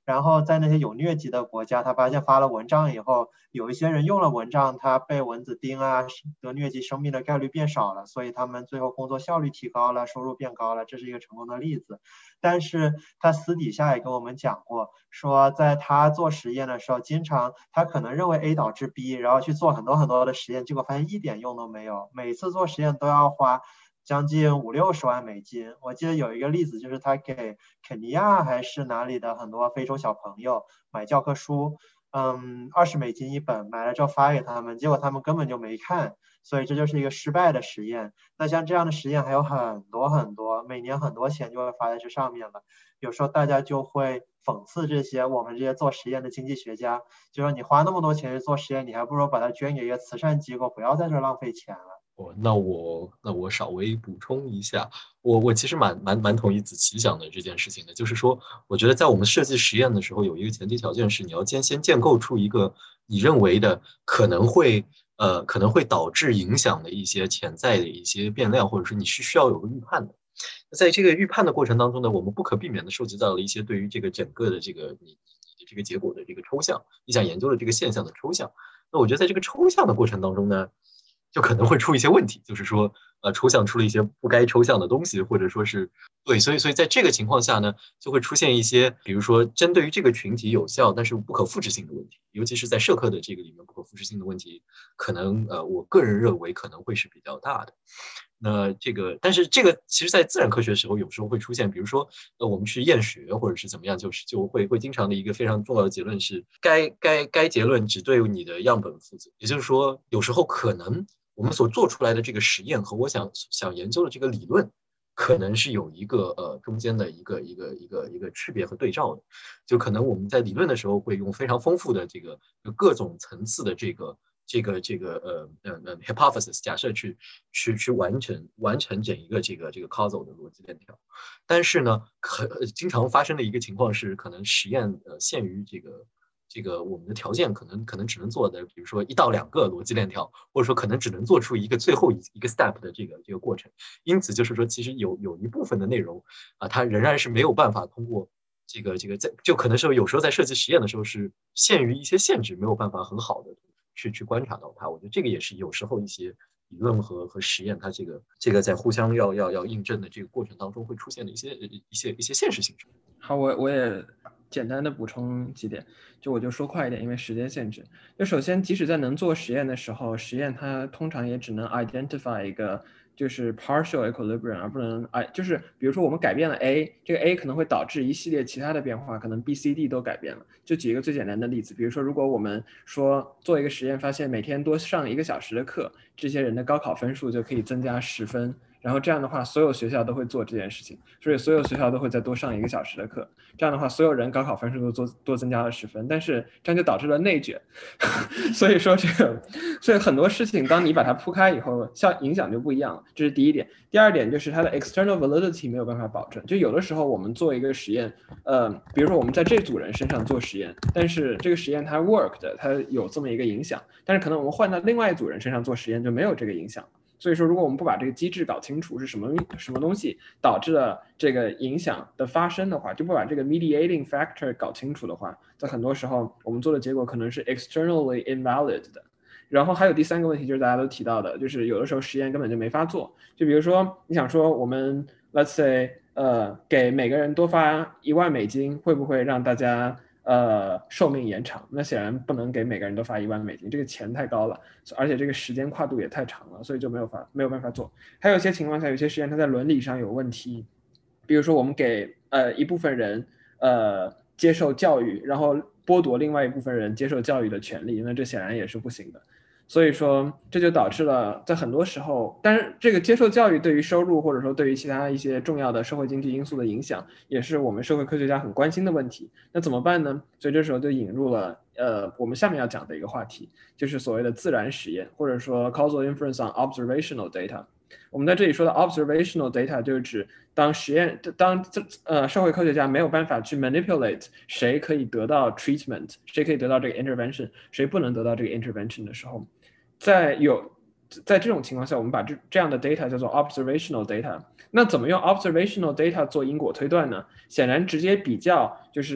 然后在那些有疟疾的国家，他发现发了蚊帐以后，有一些人用了蚊帐，他被蚊子叮啊，得疟疾生病的概率变少了，所以他们最后工作效率提高了，收入变高了，这是一个成功的例子。但是他私底下也跟我们讲过，说在他做实验的时候，经常他可能认为 A 导致 B， 然后去做很多很多的实验，结果发现一点用都没有，每次做实验都要花将近五六十万美金。我记得有一个例子，就是他给肯尼亚还是哪里的很多非洲小朋友买教科书，嗯，二十美金一本，买了之后发给他们，结果他们根本就没看，所以这就是一个失败的实验。那像这样的实验还有很多很多，每年很多钱就会花在这上面了。有时候大家就会讽刺这些我们这些做实验的经济学家，就说你花那么多钱去做实验，你还不如把它捐给一个慈善机构，不要在这浪费钱了。 哦，那我那我稍微补充一下，我我其实蛮蛮蛮同意子琪讲的这件事情的，就是说，我觉得在我们设计实验的时候，有一个前提条件是，你要先先建构出一个你认为的可能会呃可能会导致影响的一些潜在的一些变量，或者是你是需要有个预判的。在这个预判的过程当中呢，我们不可避免的涉及到了一些对于这个整个的这个你你的这个结果的这个抽象，你想研究的这个现象的抽象。那我觉得在这个抽象的过程当中呢，就可能会出一些问题，就是说，呃，抽象出了一些不该抽象的东西，或者说是对，所以，所以在这个情况下呢，就会出现一些，比如说针对于这个群体有效，但是不可复制性的问题，尤其是在社科的这个里面，不可复制性的问题，可能，呃，我个人认为可能会是比较大的。那这个，但是这个其实，在自然科学的时候，有时候会出现，比如说，呃，我们去验血或者是怎么样，就是就会会经常的一个非常重要的结论是，该该该结论只对你的样本负责，也就是说，有时候可能我们所做出来的这个实验和我想想研究的这个理论，可能是有一个呃中间的一个一个一个一个区别和对照的，就可能我们在理论的时候会用非常丰富的这个各种层次的这个。这个这个呃呃呃 hypothesis 假设去去去完成完成整一个这个这个 causal 的逻辑链条，但是呢，可经常发生的一个情况是，可能实验呃限于这个这个我们的条件，可能可能只能做的，比如说一到两个逻辑链条，或者说可能只能做出一个最后一一个 step 的这个这个过程。因此就是说，其实有有一部分的内容啊，它仍然是没有办法通过。这个这个在就可能是有时候在设计实验的时候是限于一些限制，没有办法很好的去去观察到它。我觉得这个也是有时候一些理论和和实验，它这个这个在互相要要要印证的这个过程当中会出现的一些一些一些现实性。 好，我我也简单的补充几点，就我就说快一点，因为时间限制。就首先，即使在能做实验的时候，实验它通常也只能 identify 一个就是 partial equilibrium， 而不能哎，就是比如说我们改变了 A， 这个 A 可能会导致一系列其他的变化，可能 B、C、D 都改变了。就举一个最简单的例子，比如说如果我们说做一个实验，发现每天多上一个小时的课，这些人的高考分数就可以增加十分。然后这样的话，所有学校都会做这件事情，所以所有学校都会再多上一个小时的课。这样的话，所有人高考分数都多多增加了十分，但是这样就导致了内卷。所以说这个，所以很多事情，当你把它铺开以后，效影响就不一样了。这是第一点。第二点就是它的 external validity 没有办法保证。就有的时候我们做一个实验，呃，比如说我们在这组人身上做实验，但是这个实验它 work 的，它有这么一个影响，但是可能我们换到另外一组人身上做实验就没有这个影响。所以说，如果我们不把这个机制搞清楚是什么什么东西导致了这个影响的发生的话，就不把这个 mediating factor 搞清楚的话，在很多时候我们做的结果可能是 externally invalid 的。然后还有第三个问题，就是大家都提到的，就是有的时候实验根本就没法做。就比如说，你想说我们 let's say 呃给每个人多发一万美金，会不会让大家呃，寿命延长？那显然不能给每个人都发一万美金，这个钱太高了，而且这个时间跨度也太长了，所以就没有法没有办法做。还有一些情况下，有些实验它在伦理上有问题，比如说我们给呃一部分人呃接受教育，然后剥夺另外一部分人接受教育的权利，那这显然也是不行的。所以说，这就导致了在很多时候，当然这个接受教育对于收入或者说对于其他一些重要的社会经济因素的影响，也是我们社会科学家很关心的问题。那怎么办呢？所以这时候就引入了呃我们下面要讲的一个话题，就是所谓的自然实验，或者说 causal inference on observational data。我们在这里说的 observational data 就是指当实验当呃社会科学家没有办法去 manipulate 谁可以得到 treatment， 谁可以得到这个 intervention， 谁不能得到这个 intervention 的时候，在有在这种情况下，我们把这这样的 data 叫做 observational data。那怎么用 observational data 做因果推断呢？显然直接比较就是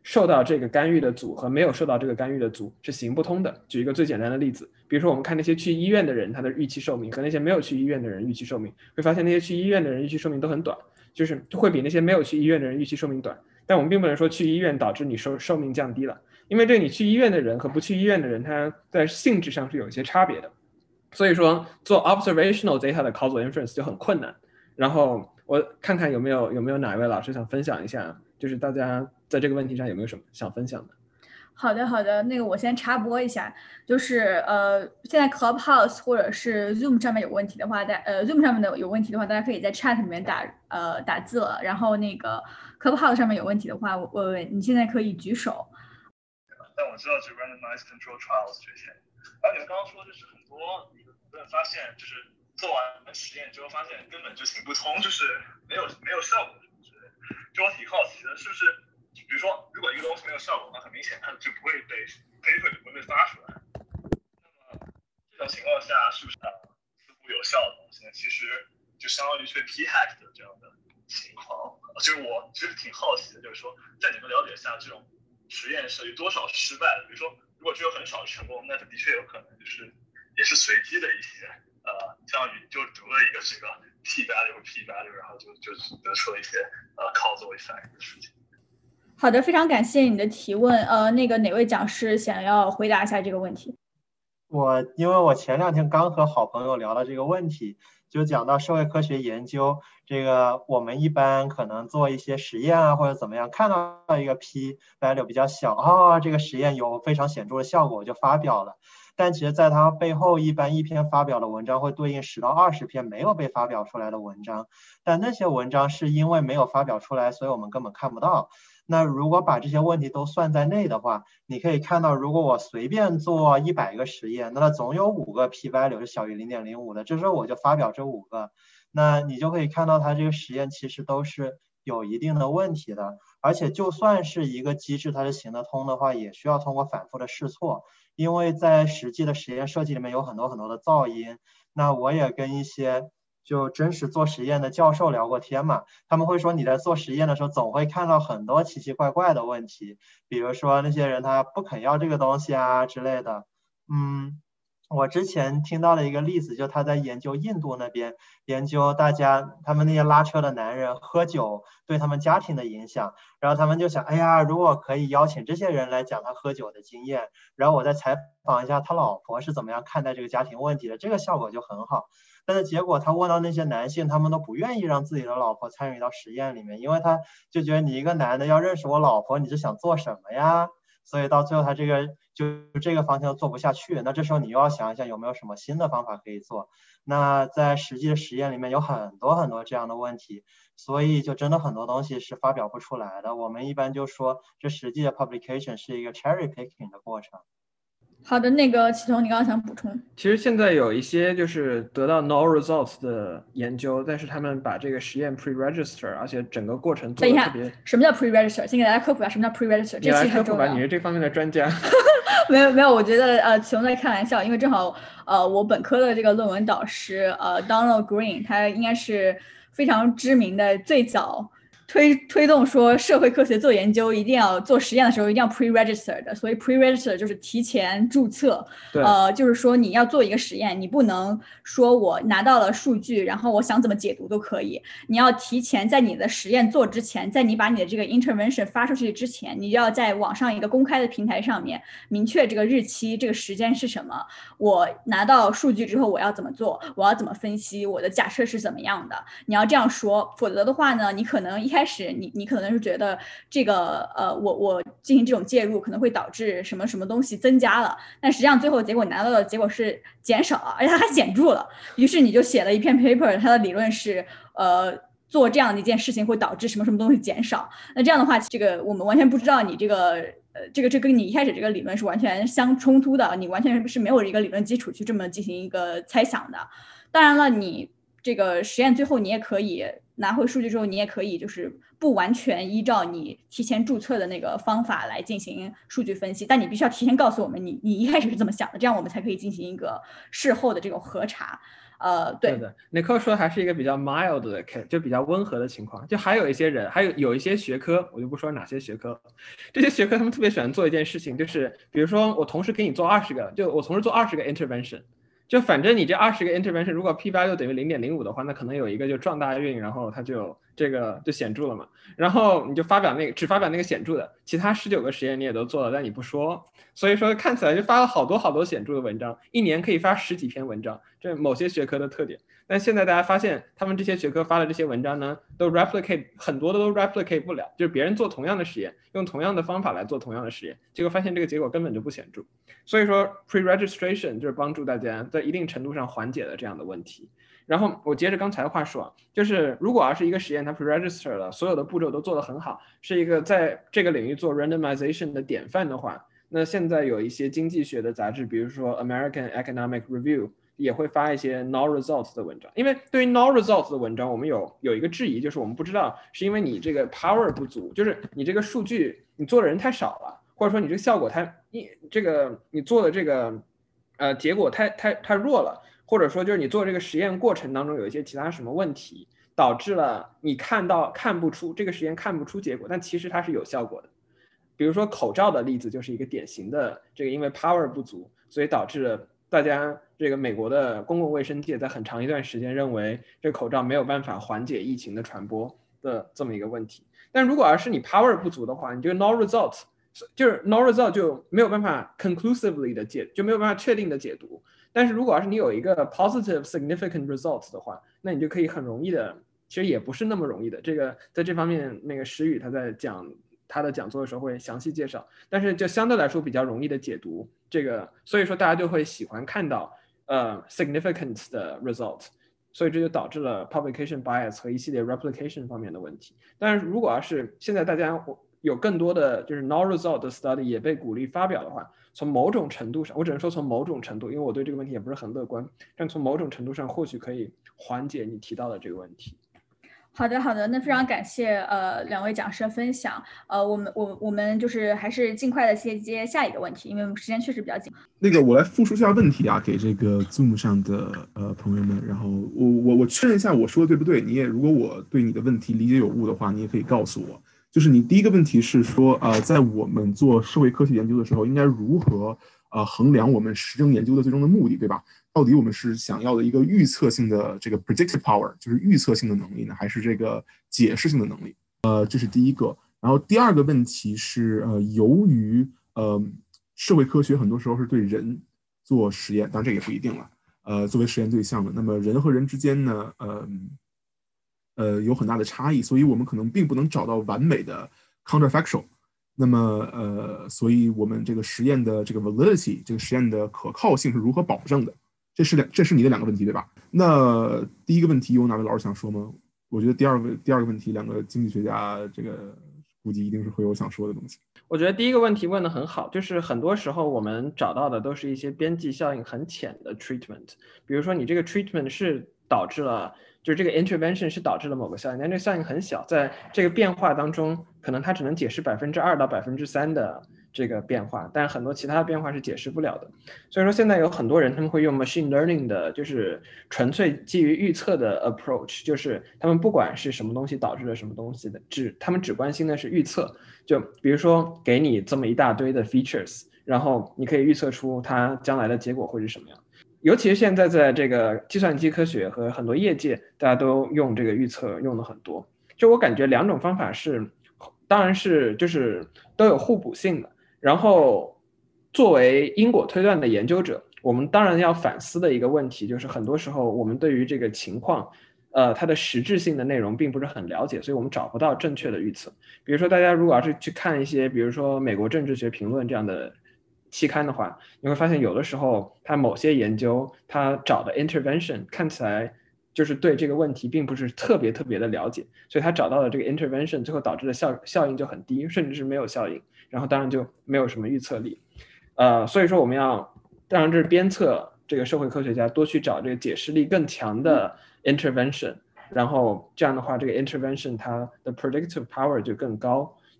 受到这个干预的组和没有受到这个干预的组是行不通的。举一个最简单的例子，比如说我们看那些去医院的人，他的预期寿命和那些没有去医院的人预期寿命，会发现那些去医院的人预期寿命都很短，就是会比那些没有去医院的人预期寿命短。但我们并不能说去医院导致你寿寿命降低了，因为这个你去医院的人和不去医院的人，他在性质上是有一些差别的。所以说做 observational data 的 causal inference 就很困难。然后我看看有没有有没有哪位老师想分享一下，就是大家在这个问题上有没有什么想分享的？ 好的，好的，那个我先插播一下，就是呃，现在 Clubhouse 或者是 Zoom 上面有问题的话，大呃 Zoom 上面的有问题的话，大家可以在 chat 里面打呃打字了。然后那个 Clubhouse 上面有问题的话，我我你现在可以举手。 但我知道是 randomized control trials 这些，然后你们刚刚说就是很多你们发现就是做完实验之后发现根本就行不通，就是没有没有效果，就是就我挺好奇的，是不是？比如说，如果一个东西没有效果，那很明显它就不会被 paper 就不会被发出来。那么这种情况下，是不是似乎有效的东西呢？其实就相当于是 p-hack 的这样的情况。就是我其实挺好奇的，就是说，在你们了解下，这种实验是有多少失败的？比如说，如果只有很少成功，那它的确有可能就是也是随机的一些呃，相当于就读了一个这个 p value p value， 然后就就得出了一些呃 causal effect 的事情。 好的，非常感谢你的提问。呃，那个哪位讲师想要回答一下这个问题？ 我因为我前两天刚和好朋友聊了这个问题，就讲到社会科学研究这个，我们一般可能做一些实验啊或者怎么样，看到一个 p value 比较小啊、哦，这个实验有非常显著的效果就发表了。但其实在它背后，一般一篇发表的文章会对应十到二十篇没有被发表出来的文章，但那些文章是因为没有发表出来，所以我们根本看不到。那如果把这些问题都算在内的话，你可以看到，如果我随便做一百个实验，那它总有五个 p value 是小于 零点零五 的，这时候我就发表这五个，那你就可以看到它这个实验其实都是有一定的问题的。而且就算是一个机制它是行得通的话，也需要通过反复的试错，因为在实际的实验设计里面有很多很多的噪音。那我也跟一些就真实做实验的教授聊过天嘛，他们会说你在做实验的时候总会看到很多奇奇怪怪的问题，比如说那些人他不肯要这个东西啊之类的。嗯，我之前听到了一个例子，就他在研究印度那边，研究大家他们那些拉车的男人喝酒对他们家庭的影响，然后他们就想，哎呀，如果可以邀请这些人来讲他喝酒的经验，然后我再采访一下他老婆是怎么样看待这个家庭问题的，这个效果就很好。但是结果他问到那些男性，他们都不愿意让自己的老婆参与到实验里面，因为他就觉得你一个男的要认识我老婆，你是想做什么呀？所以到最后他这个就这个方向做不下去，那这时候你又要想一想有没有什么新的方法可以做。那在实际的实验里面有很多很多这样的问题，所以就真的很多东西是发表不出来的。我们一般就说这实际的 publication 是一个 cherry picking 的过程。 好的，那个启彤，你刚刚想补充？ 其实现在有一些就是得到 null results 的研究，但是他们把这个实验 pre-register， 而且整个过程做得特别。 什么叫 pre-register？ 先给大家科普一下什么叫 pre-register， 这期很重要。 你是这方面的专家。 没有没有，我觉得呃启彤在开玩笑，因为正好呃我本科的这个论文导师呃 Donald Green， 他应该是非常知名的最早。推推动说社会科学做研究一定要做实验的时候一定要 pre-register 的，所以 pre-register 就是提前注册。呃，就是说你要做一个实验，你不能说我拿到了数据，然后我想怎么解读都可以。你要提前在你的实验做之前，在你把你的这个 intervention 发出去之前，你就要在网上一个公开的平台上面明确这个日期、这个时间是什么。我拿到数据之后我要怎么做，我要怎么分析，我的假设是怎么样的，你要这样说。否则的话呢，你可能一开始你你可能是觉得这个呃我我进行这种介入可能会导致什么什么东西增加了，但实际上最后结果你拿到的结果是减少了，而且它还显著了。于是你就写了一篇 paper， 它的理论是呃做这样的一件事情会导致什么什么东西减少。那这样的话，这个我们完全不知道你这个呃这个这跟你一开始这个理论是完全相冲突的，你完全是没有一个理论基础去这么进行一个猜想的。当然了，你这个实验最后你也可以拿回数据之后，你也可以就是不完全依照你提前注册的那个方法来进行数据分析，但你必须要提前告诉我们你你一开始是怎么想的，这样我们才可以进行一个事后的这种核查。 呃，对对的，尼克说还是一个比较 mild 的 case， 就比较温和的情况。就还有一些人，还有有一些学科，我就不说哪些学科，这些学科他们特别喜欢做一件事情，就是比如说我同时给你做二十个，就我同时做二十个 intervention。就反正你这二十个 intervention， 如果 p 八六等于零点零五的话，那可能有一个就撞大运，然后它就这个就显著了嘛。然后你就发表那个只发表那个显著的，其他十九个实验你也都做了，但你不说，所以说看起来就发了好多好多显著的文章，一年可以发十几篇文章，这某些学科的特点。但现在大家发现，他们这些学科发的这些文章呢，都 replicate 很多的都 replicate 不了，就是别人做同样的实验，用同样的方法来做同样的实验，结果发现这个结果根本就不显著。所以说 pre-registration 就是帮助大家在一定程度上缓解了这样的问题。然后我接着刚才的话说，就是如果要是一个实验它 pre-register 了，所有的步骤都做得很好，是一个在这个领域做 randomization 的典范的话，那现在有一些经济学的杂志，比如说 American Economic Review，也会发一些 null results 的文章。因为对于 null results 的文章，我们有有一个质疑，就是我们不知道是因为你这个 power 不足，就是你这个数据你做的人太少了，或者说你这个效果太你这个你做的这个呃结果太太太弱了，或者说就是你做这个实验过程当中有一些其他什么问题，导致了你看到看不出这个实验看不出结果，但其实它是有效果的。比如说口罩的例子就是一个典型的，这个因为 power 不足，所以导致了大家这个美国的公共卫生界在很长一段时间认为这个口罩没有办法缓解疫情的传播的这么一个问题。但如果要是你 power 不足的话，你这个 null result 就是 null result 就没有办法 conclusively 的解，就没有办法确定的解读。但是如果要是你有一个 positive significant result 的话，那你就可以很容易的，其实也不是那么容易的。这个在这方面，那个石宇他在讲他的讲座的时候会详细介绍，但是就相对来说比较容易的解读这个，所以说大家就会喜欢看到呃 significant 的 result， 所以这就导致了 publication bias 和一系列 replication 方面的问题。但是如果要是现在大家有更多的就是 null result 的 study 也被鼓励发表的话，从某种程度上，我只能说从某种程度，因为我对这个问题也不是很乐观，但从某种程度上或许可以缓解你提到的这个问题。 好的，好的，那非常感谢呃两位讲师的分享。呃，我们我我们就是还是尽快的接接下一个问题，因为我们时间确实比较紧。 那个我来复述一下问题啊，给这个 Zoom 上的呃朋友们，然后我我我确认一下我说的对不对。你也如果我对你的问题理解有误的话，你也可以告诉我。就是你第一个问题是说，呃，在我们做社会科学研究的时候，应该如何呃衡量我们实证研究的最终的目的，对吧？到底我们是想要的一个预测性的这个 predictive power， 就是预测性的能力呢，还是这个解释性的能力？呃，这是第一个。然后第二个问题是，呃，由于呃社会科学很多时候是对人做实验，当然这也不一定了。呃，作为实验对象的，那么人和人之间呢，呃呃有很大的差异，所以我们可能并不能找到完美的 counterfactual。那么呃，所以我们这个实验的这个 validity， 这个实验的可靠性是如何保证的？这是两，这是你的两个问题，对吧？那第一个问题有哪位老师想说吗？我觉得第二个第二个问题，两个经济学家这个估计一定是会有想说的东西。 我觉得第一个问题问得很好，就是很多时候我们找到的都是一些边际效应很浅的 treatment， 比如说你这个 treatment 是导致了，就是这个 intervention 是导致了某个效应，但这个效应很小，在这个变化当中，可能它只能解释百分之二到百分之三的这个变化，但很多其他的变化是解释不了的。所以说现在有很多人他们会用 machine learning 的，就是纯粹基于预测的 approach， 就是他们不管是什么东西导致了什么东西的，只他们只关心的是预测。就比如说给你这么一大堆的 features， 然后你可以预测出它将来的结果会是什么样。尤其是现在在这个计算机科学和很多业界，大家都用这个预测用的很多。就我感觉两种方法是，当然是就是都有互补性的。然后作为因果推断的研究者，我们当然要反思的一个问题就是很多时候我们对于这个情况呃，它的实质性的内容并不是很了解，所以我们找不到正确的预测。比如说大家如果要是去看一些比如说美国政治学评论这样的期刊的话，你会发现有的时候它某些研究它找的 intervention 看起来就是对这个问题并不是特别特别的了解，所以他找到的这个 intervention 最后导致的效效应就很低，甚至是没有效应，然后当然就没有什么预测力。呃，所以说我们要，当然这是鞭策这个社会科学家多去找这个解释力更强的 intervention， 然后这样的话这个 intervention 它的 predictive power 就更高。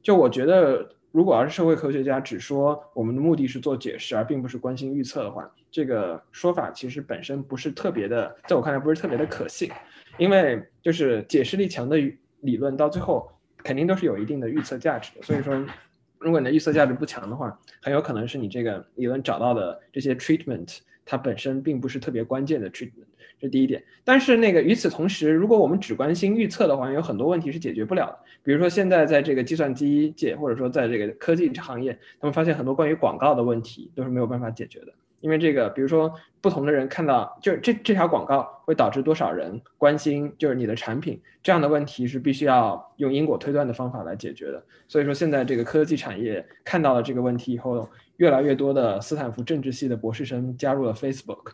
就我觉得，如果要是社会科学家只说我们的目的是做解释，而并不是关心预测的话，这个说法其实本身不是特别的，在我看来不是特别的可信，因为就是解释力强的理论到最后肯定都是有一定的预测价值的，所以说如果你的预测价值不强的话，很有可能是你这个理论找到的这些 treatment 它本身并不是特别关键的 treatment， 这是第一点。但是那个与此同时，如果我们只关心预测的话，有很多问题是解决不了的。比如说现在在这个计算机界，或者说在这个科技行业，他们发现很多关于广告的问题都是没有办法解决的。因为这个，比如说不同的人看到，就是这这条广告会导致多少人关心，就是你的产品，这样的问题是必须要用因果推断的方法来解决的。所以说，现在这个科技产业看到了这个问题以后，越来越多的斯坦福政治系的博士生加入了 Facebook。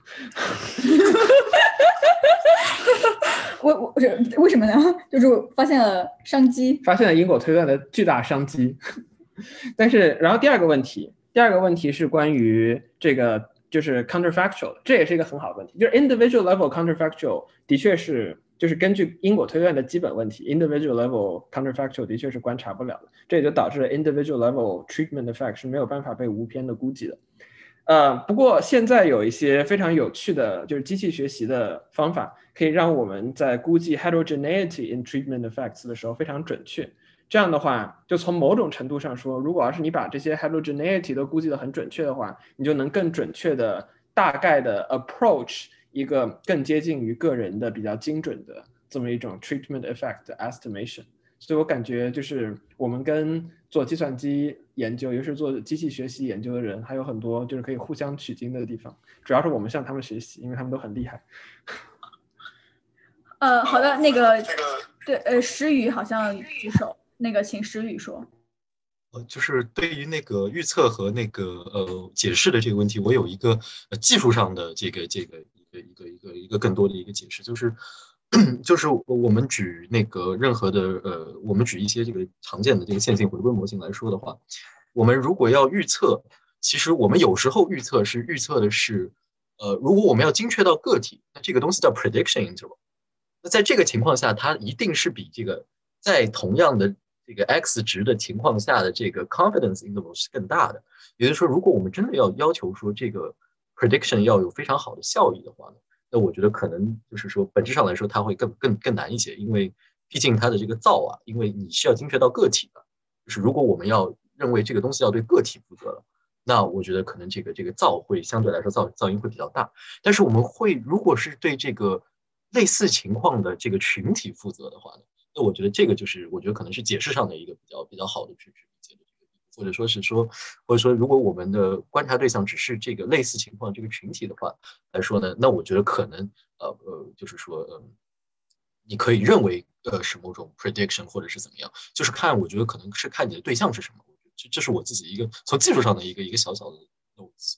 我我为什么呢？就是发现了商机， 发现了因果推断的巨大商机。但是，然后第二个问题，第二个问题是关于这个。就是 counterfactual， 这也是一个很好的问题。就是 individual level counterfactual 的确是，就是根据因果推断的基本问题 ，individual level counterfactual 的确是观察不了的。这也就导致了 individual level treatment effect 是没有办法被无偏的估计的。呃，不过现在有一些非常有趣的，就是机器学习的方法，可以让我们在估计 heterogeneity in treatment effects 的时候非常准确。这样的话，就从某种程度上说，如果要是你把这些 heterogeneity 都估计得很准确的话，你就能更准确的大概的 approach 一个更接近于个人的比较精准的这么一种 treatment effect estimation。所以我感觉就是我们跟做计算机研究，尤其是做机器学习研究的人，还有很多就是可以互相取经的地方。主要是我们向他们学习，因为他们都很厉害。 呃，好的，那个对，呃，石宇好像举手。那个请石宇说。 呃，就是对于那个预测和那个呃解释的这个问题，我有一个呃技术上的这个这个一个一个一个一个更多的一个解释，就是就是我们举那个任何的呃，我们举一些这个常见的这个线性回归模型来说的话，我们如果要预测，其实我们有时候预测是预测的是呃，如果我们要精确到个体，那这个东西叫 prediction interval。那在这个情况下，它一定是比这个在同样的这个 x 值的情况下的这个 confidence interval 是更大的。也就是说，如果我们真的要要求说这个 prediction 要有非常好的效益的话呢，那我觉得可能就是说本质上来说它会更更更难一些，因为毕竟它的这个造啊，因为你是要精确到个体的，就是如果我们要认为这个东西要对个体负责了，那我觉得可能这个这个噪会相对来说噪噪音会比较大。但是我们会如果是对这个类似情况的这个群体负责的话呢，那我觉得这个就是我觉得可能是解释上的一个比较比较好的去去理解的这个，或者说是说，或者说如果我们的观察对象只是这个类似情况这个群体的话来说呢，那我觉得可能呃呃就是说呃你可以认为呃是某种 prediction 或者是怎么样，就是看我觉得可能是看你的对象是什么，这这是我自己一个从技术上的一个一个小小的 notes。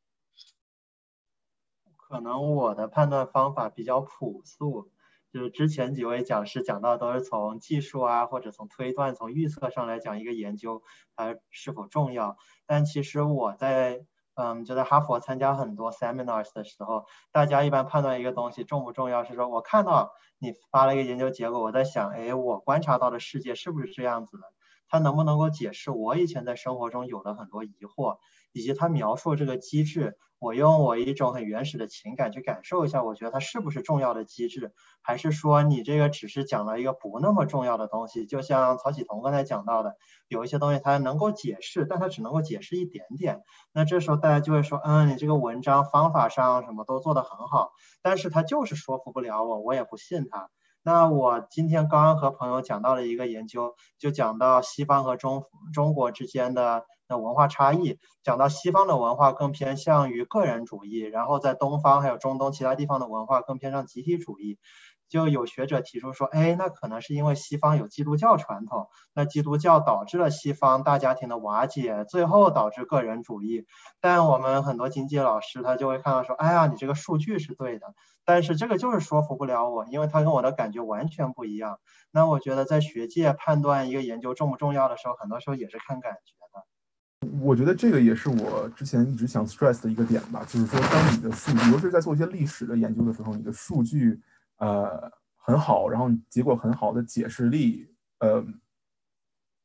可能我的判断方法比较朴素，就是之前几位讲师讲到都是从技术啊或者从推断从预测上来讲一个研究它是否重要，但其实我在嗯就在哈佛参加很多 seminars 的时候，大家一般判断一个东西重不重要是说我看到你发了一个研究结果，我在想哎我观察到的世界是不是这样子的，它能不能够解释我以前在生活中有的很多疑惑，以及它描述这个机制，我用我一种很原始的情感去感受一下，我觉得它是不是重要的机制，还是说你这个只是讲了一个不那么重要的东西，就像曹启彤刚才讲到的，有一些东西它能够解释，但它只能够解释一点点，那这时候大家就会说，嗯，你这个文章方法上什么都做得很好，但是它就是说服不了我，我也不信它。那我今天刚刚和朋友讲到了一个研究，就讲到西方和中中国之间的的文化差异，讲到西方的文化更偏向于个人主义，然后在东方还有中东其他地方的文化更偏向集体主义。就有学者提出说，哎，那可能是因为西方有基督教传统，那基督教导致了西方大家庭的瓦解，最后导致个人主义。但我们很多经济老师他就会看到说，哎呀，你这个数据是对的，但是这个就是说服不了我，因为它跟我的感觉完全不一样。那我觉得在学界判断一个研究重不重要的时候，很多时候也是看感觉的。 我觉得这个也是我之前一直想 stress 的一个点吧，就是说当你的数据，尤其是在做一些历史的研究的时候，你的数据呃很好，然后结果很好的解释力，呃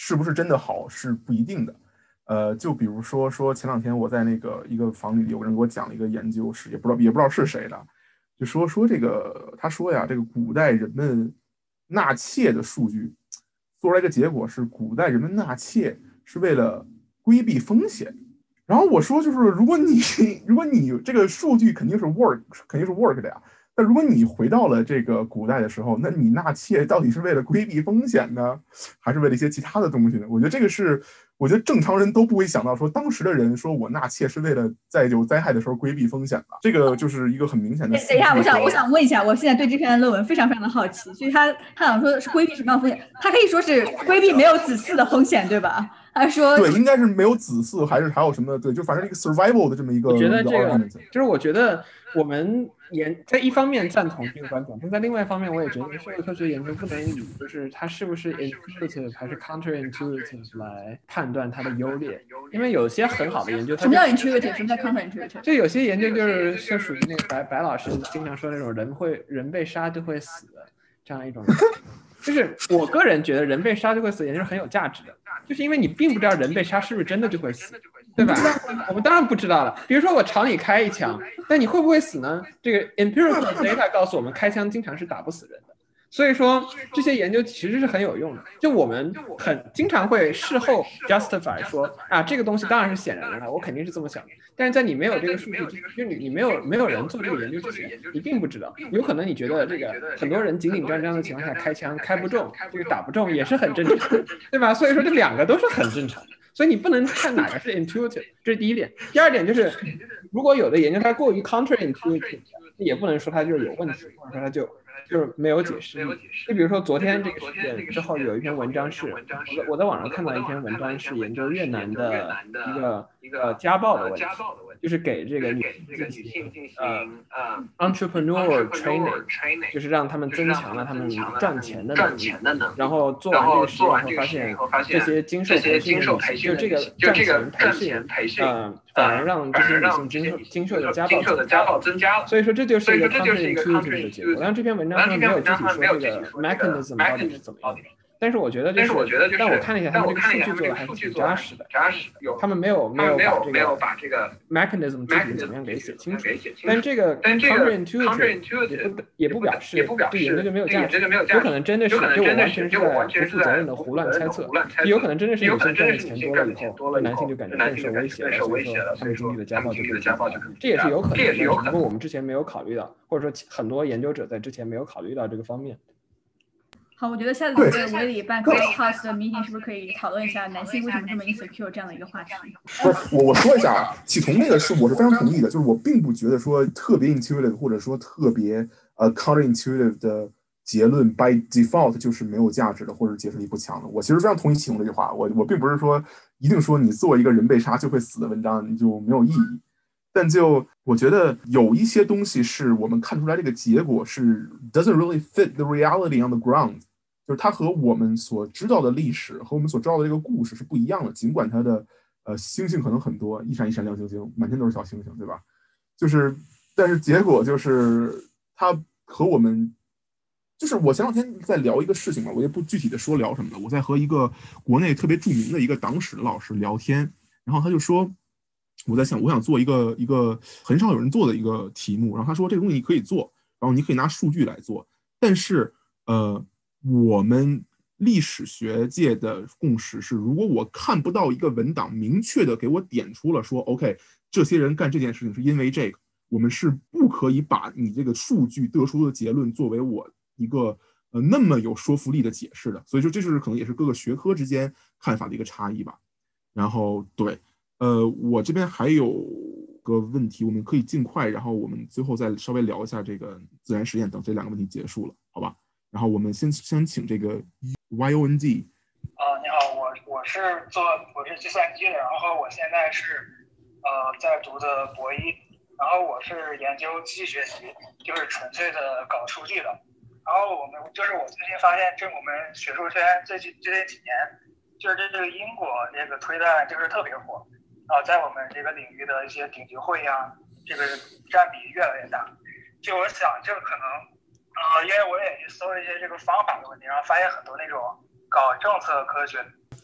是不是真的好是不一定的。呃，就比如说说前两天我在那个一个房里有人给我讲了一个研究，是也不知道也不知道是谁的，就说说这个他说呀，这个古代人们纳妾的数据做出来一个结果是，古代人们纳妾是为了规避风险。然后我说就是如果你如果你这个数据肯定是 work 肯定是 work 的呀。但如果你回到了这个古代的时候，那你纳妾到底是为了规避风险呢，还是为了一些其他的东西呢？我觉得这个是，我觉得正常人都不会想到，说当时的人说我纳妾是为了在有灾害的时候规避风险吧。这个就是一个很明显的。 等一下，我想我想问一下，我现在对这篇论文非常非常的好奇，所以他他想说是规避什么样的风险？他可以说是规避没有子嗣的风险，对吧？他说对，应该是没有子嗣，还是还有什么？对，就反正一个 survival 的这么一个。 我觉得这个就是我觉得我们研在一方面赞同这个观点，但在另外一方面，我也觉得社会科学研究不能以就是它是不是 intuitive 还是 counterintuitive 来判断它的优劣，因为有些很好的研究， 什么叫 intuitive？ 什么叫 counterintuitive？ 就有些研究就是就属于那个白白老师经常说那种人会人被杀就会死的这样一种。就是我个人觉得人被杀就会死研究是很有价值的，就是因为你并不知道人被杀是不是真的就会死，对吧？我们当然不知道了。比如说我朝你开一枪，但你会不会死呢？这个 empirical data 告诉我们，开枪经常是打不死人的。所以说这些研究其实是很有用的。就我们很经常会事后 justify 说啊，这个东西当然是显然的，我肯定是这么想的。但是在你没有这个数据，就是你你没有没有人做这个研究之前，你并不知道。有可能你觉得这个很多人紧紧张张的情况下开枪开不中，这个打不中也是很正常的，对吧？所以说这两个都是很正常的。所以你不能看哪个是 intuitive， 这是第一点。第二点就是，如果有的研究它过于 counterintuitive， 也不能说它就是有问题，或者说它就就是没有解释。就比如说昨天这个事件之后，有一篇文章是，我在我在网上看到一篇文章是研究越南的一个呃家暴的问题，就是给这个女性进行呃 entrepreneur training， 就是让他们增强了他们赚钱的能力。然后做完这个实验后发现，这些经受培训的女性，就这个赚钱培训，呃，反而让这些女性经受经受的家暴增加了。所以说这就是一个 counterintuitive 的结果。然后这篇文章上没有具体说这个 mechanism 到底是怎么样的。但是我觉得就是，但我看了一下，他们这个数据做的还是挺扎实的。他们没有没有把这个 mechanism 具体怎么样给写清楚。但这个 counterintuitive 也不表示这研究就没有价值，有可能真的是，就我完全是在不负责任的胡乱猜测。有可能真的是女性赚的钱多了以后，对男性就感觉更受威胁了，所以说他们经历的家暴就更加，这也是有可能的。只不过我们之前没有考虑到，或者说很多研究者在之前没有考虑到这个方面。 好，我觉得下次在维里办 Clubhouse 的 meeting 是不是可以讨论一下男性为什么这么 insecure 这样的一个话题？ 不是，我我说一下，启彤那个是我是非常同意的，就是我并不觉得说特别 intuitive 或者说特别呃 counterintuitive 的结论 by default 就是没有价值的或者解释力不强的。我其实非常同意启彤这句话，我我并不是说一定说你做一个人被杀就会死的文章你就没有意义。但就我觉得有一些东西是我们看出来这个结果是 doesn't really fit the reality on the ground， 就是它和我们所知道的历史和我们所知道的这个故事是不一样的。尽管它的呃星星可能很多，一闪一闪亮星星，满天都是小星星，对吧？就是但是结果就是它和我们就是我前两天在聊一个事情嘛，我也不具体的说聊什么了。我在和一个国内特别著名的一个党史的老师聊天，然后他就说。我在想，我想做一个一个很少有人做的一个题目，然后他说这个东西你可以做，然后你可以拿数据来做，但是呃，我们历史学界的共识是，如果我看不到一个文档明确的给我点出了说 ，OK， 这些人干这件事情是因为这个，我们是不可以把你这个数据得出的结论作为我一个呃那么有说服力的解释的。所以说，这是可能也是各个学科之间看法的一个差异吧。然后对。呃，我这边还有个问题，我们可以尽快，然后我们最后再稍微聊一下这个自然实验，等这两个问题结束了，好吧？然后我们先先请这个 Y O N G。 呃，你好，我我是做我是计算机的，然后我现在是呃在读的博一，然后我是研究机器学习，就是纯粹的搞数据的。然后我们就是我最近发现，这我们学术圈最近最近几年，就是这个因果这个推断就是特别火。啊，在我们这个领域的一些顶级会啊，这个占比越来越大。就我想，这个可能，呃，因为我也去搜一些这个方法的问题，然后发现很多那种搞政策科学，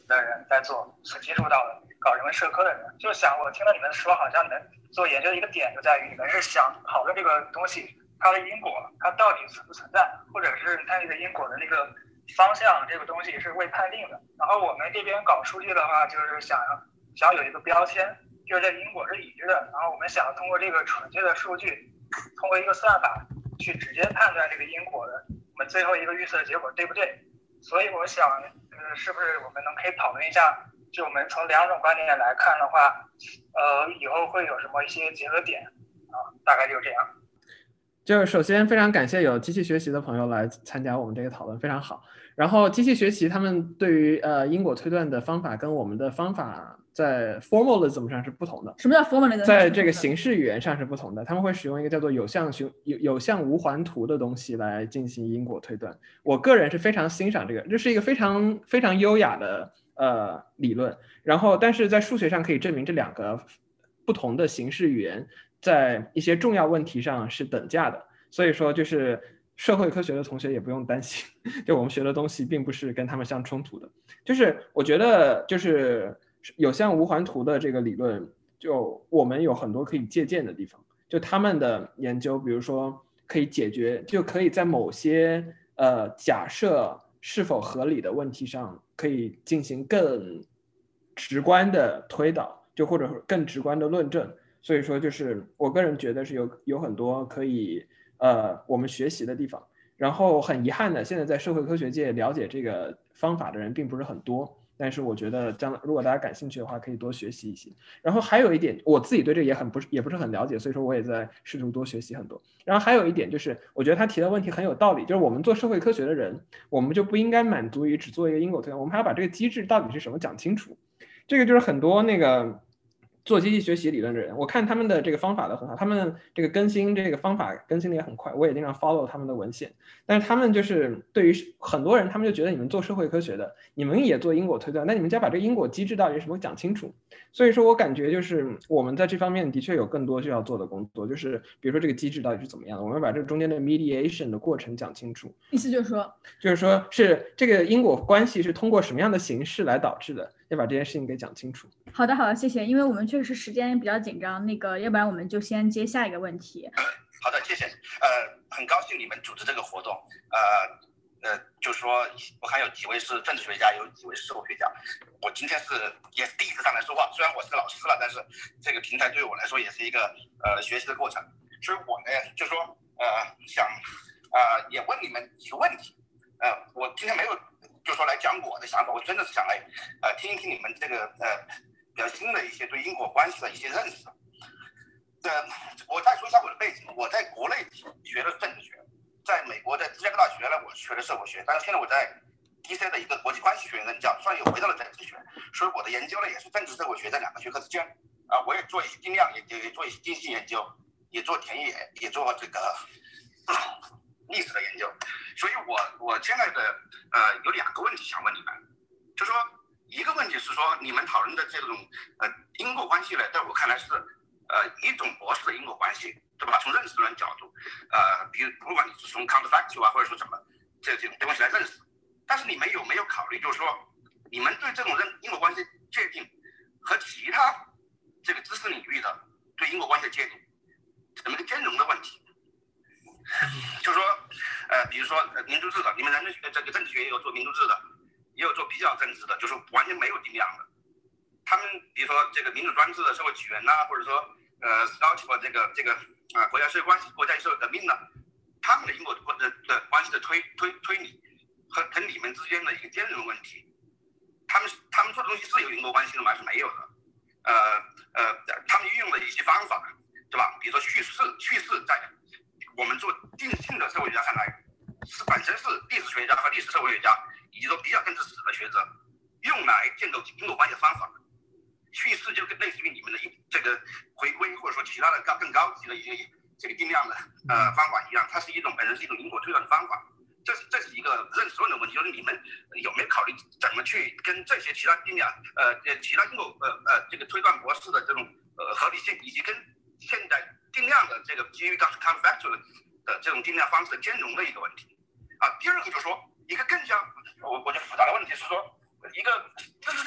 的人在做，所接触到的搞人文社科的人，就想我听了你们说，好像你们做研究的一个点就在于你们是想讨论这个东西它的因果，它到底存不存在，或者是它这个因果的那个方向，这个东西是未判定的。然后我们这边搞数据的话，就是想想有一个标签，就是这因果是已知的，然后我们想通过这个纯粹的数据，通过一个算法去直接判断这个因果的，我们最后一个预测结果对不对？所以我想，呃，是不是我们能可以讨论一下，就我们从两种观点来看的话，呃，以后会有什么一些结合点啊？大概就这样。 就是首先非常感谢有机器学习的朋友来参加我们这个讨论，非常好。然后机器学习他们对于呃因果推断的方法跟我们的方法在 formalism 上是不同的。 什么叫 formalism？ 在这个形式语言上是不同的，他们会使用一个叫做有向循有有向无环图的东西来进行因果推断。我个人是非常欣赏这个，这是一个非常非常优雅的呃理论。然后，但是在数学上可以证明这两个不同的形式语言在一些重要问题上是等价的。所以说，就是社会科学的同学也不用担心，就我们学的东西并不是跟他们相冲突的。就是我觉得，就是有向无环图的这个理论，就我们有很多可以借鉴的地方。就他们的研究，比如说可以解决，就可以在某些呃假设是否合理的问题上，可以进行更直观的推导，就或者更直观的论证。所以说，就是我个人觉得是有有很多可以呃我们学习的地方。然后很遗憾的，现在在社会科学界了解这个方法的人并不是很多。但是我觉得将来如果大家感兴趣的话，可以多学习一些。然后还有一点，我自己对这个也很不是也不是很了解，所以说我也在试图多学习很多。然后还有一点就是，我觉得他提的问题很有道理，就是我们做社会科学的人，我们就不应该满足于只做一个因果推断，我们还要把这个机制到底是什么讲清楚。这个就是很多那个做机器学习理论的人，我看他们的这个方法都很好，他们这个更新这个方法更新的也很快，我也经常 follow 他们的文献。但是他们就是对于很多人，他们就觉得你们做社会科学的，你们也做因果推断，那你们就要把这个因果机制到底是什么讲清楚。所以说我感觉就是我们在这方面的确有更多需要做的工作，就是比如说这个机制到底是怎么样的，我们把这个中间的 mediation 的过程讲清楚。 意思就是说， 就是说是这个因果关系是通过什么样的形式来导致的，要把这件事情给讲清楚。 好的，好的，谢谢。因为我们确实时间比较紧张，那个要不然我们就先接下一个问题。 好的，谢谢。呃，很高兴你们组织这个活动。呃呃，就说我还有几位是政治学家，有几位是社会学家。我今天是也是第一次上来说话，虽然我是个老师了，但是这个平台对我来说也是一个呃学习的过程。所以我呢就说呃想呃也问你们几个问题。呃，我今天没有就说来讲我的想法，我真的是想来呃听一听你们这个呃比较新的一些对因果关系的一些认识。呃，我再说一下我的背景，我在国内学的政治学，在美国在芝加哥大学呢，我学的社会学，但是现在我在 D C 的一个国际关系学院任教，所以又回到了政治学，所以我的研究呢也是政治社会学这两个学科之间啊，我也做一些定量研究，也做一些经济研究，也做田野，也做这个历史的研究，所以我我现在的呃有两个问题想问你们，就说一个问题是说你们讨论的这种呃因果关系呢，在我看来是呃一种模式的因果关系，对吧？从认识论角度，呃，比如不管你是从 counterfactual 啊，或者说什么这这种东西来认识，但是你们有没有考虑，就是说你们对这种认因果关系界定和其他这个知识领域的对因果关系的界定怎么个兼容的问题？就是说，呃，比如说呃民主制的，你们人类学这个政治学也有做民主制的，也有做比较政治的，就是完全没有定量的。他们比如说这个民主专制的社会起源呐、啊，或者说呃 Scotch 这个这个啊、呃、国家社会关系、国家社会革命呢，他们的因果的的关系的推推推理和跟你们之间的一个兼容问题，他们他们做的东西是有因果关系的吗？还是没有的？呃呃，他们运用的一些方法，对吧？比如说叙事，叙事在我们做定性的社会学家看来，是本身是历史学家和历史社会学家以及说比较政治史的学者用来建构因果关系的方法。叙事就跟类似于你们的这个回归或者说其他的高更高级的一些这个定量的呃方法一样，它是一种本身是一种因果推断的方法。这是这是一个认识论的问题，就是你们有没有考虑怎么去跟这些其他定量呃其他因果呃呃这个推断模式的这种呃合理性，以及跟现在定量的这个基于 counterfactual 的这种定量方式的兼容的一个问题啊。第二个就是说一个更加我我觉得复杂的问题是说，一个知识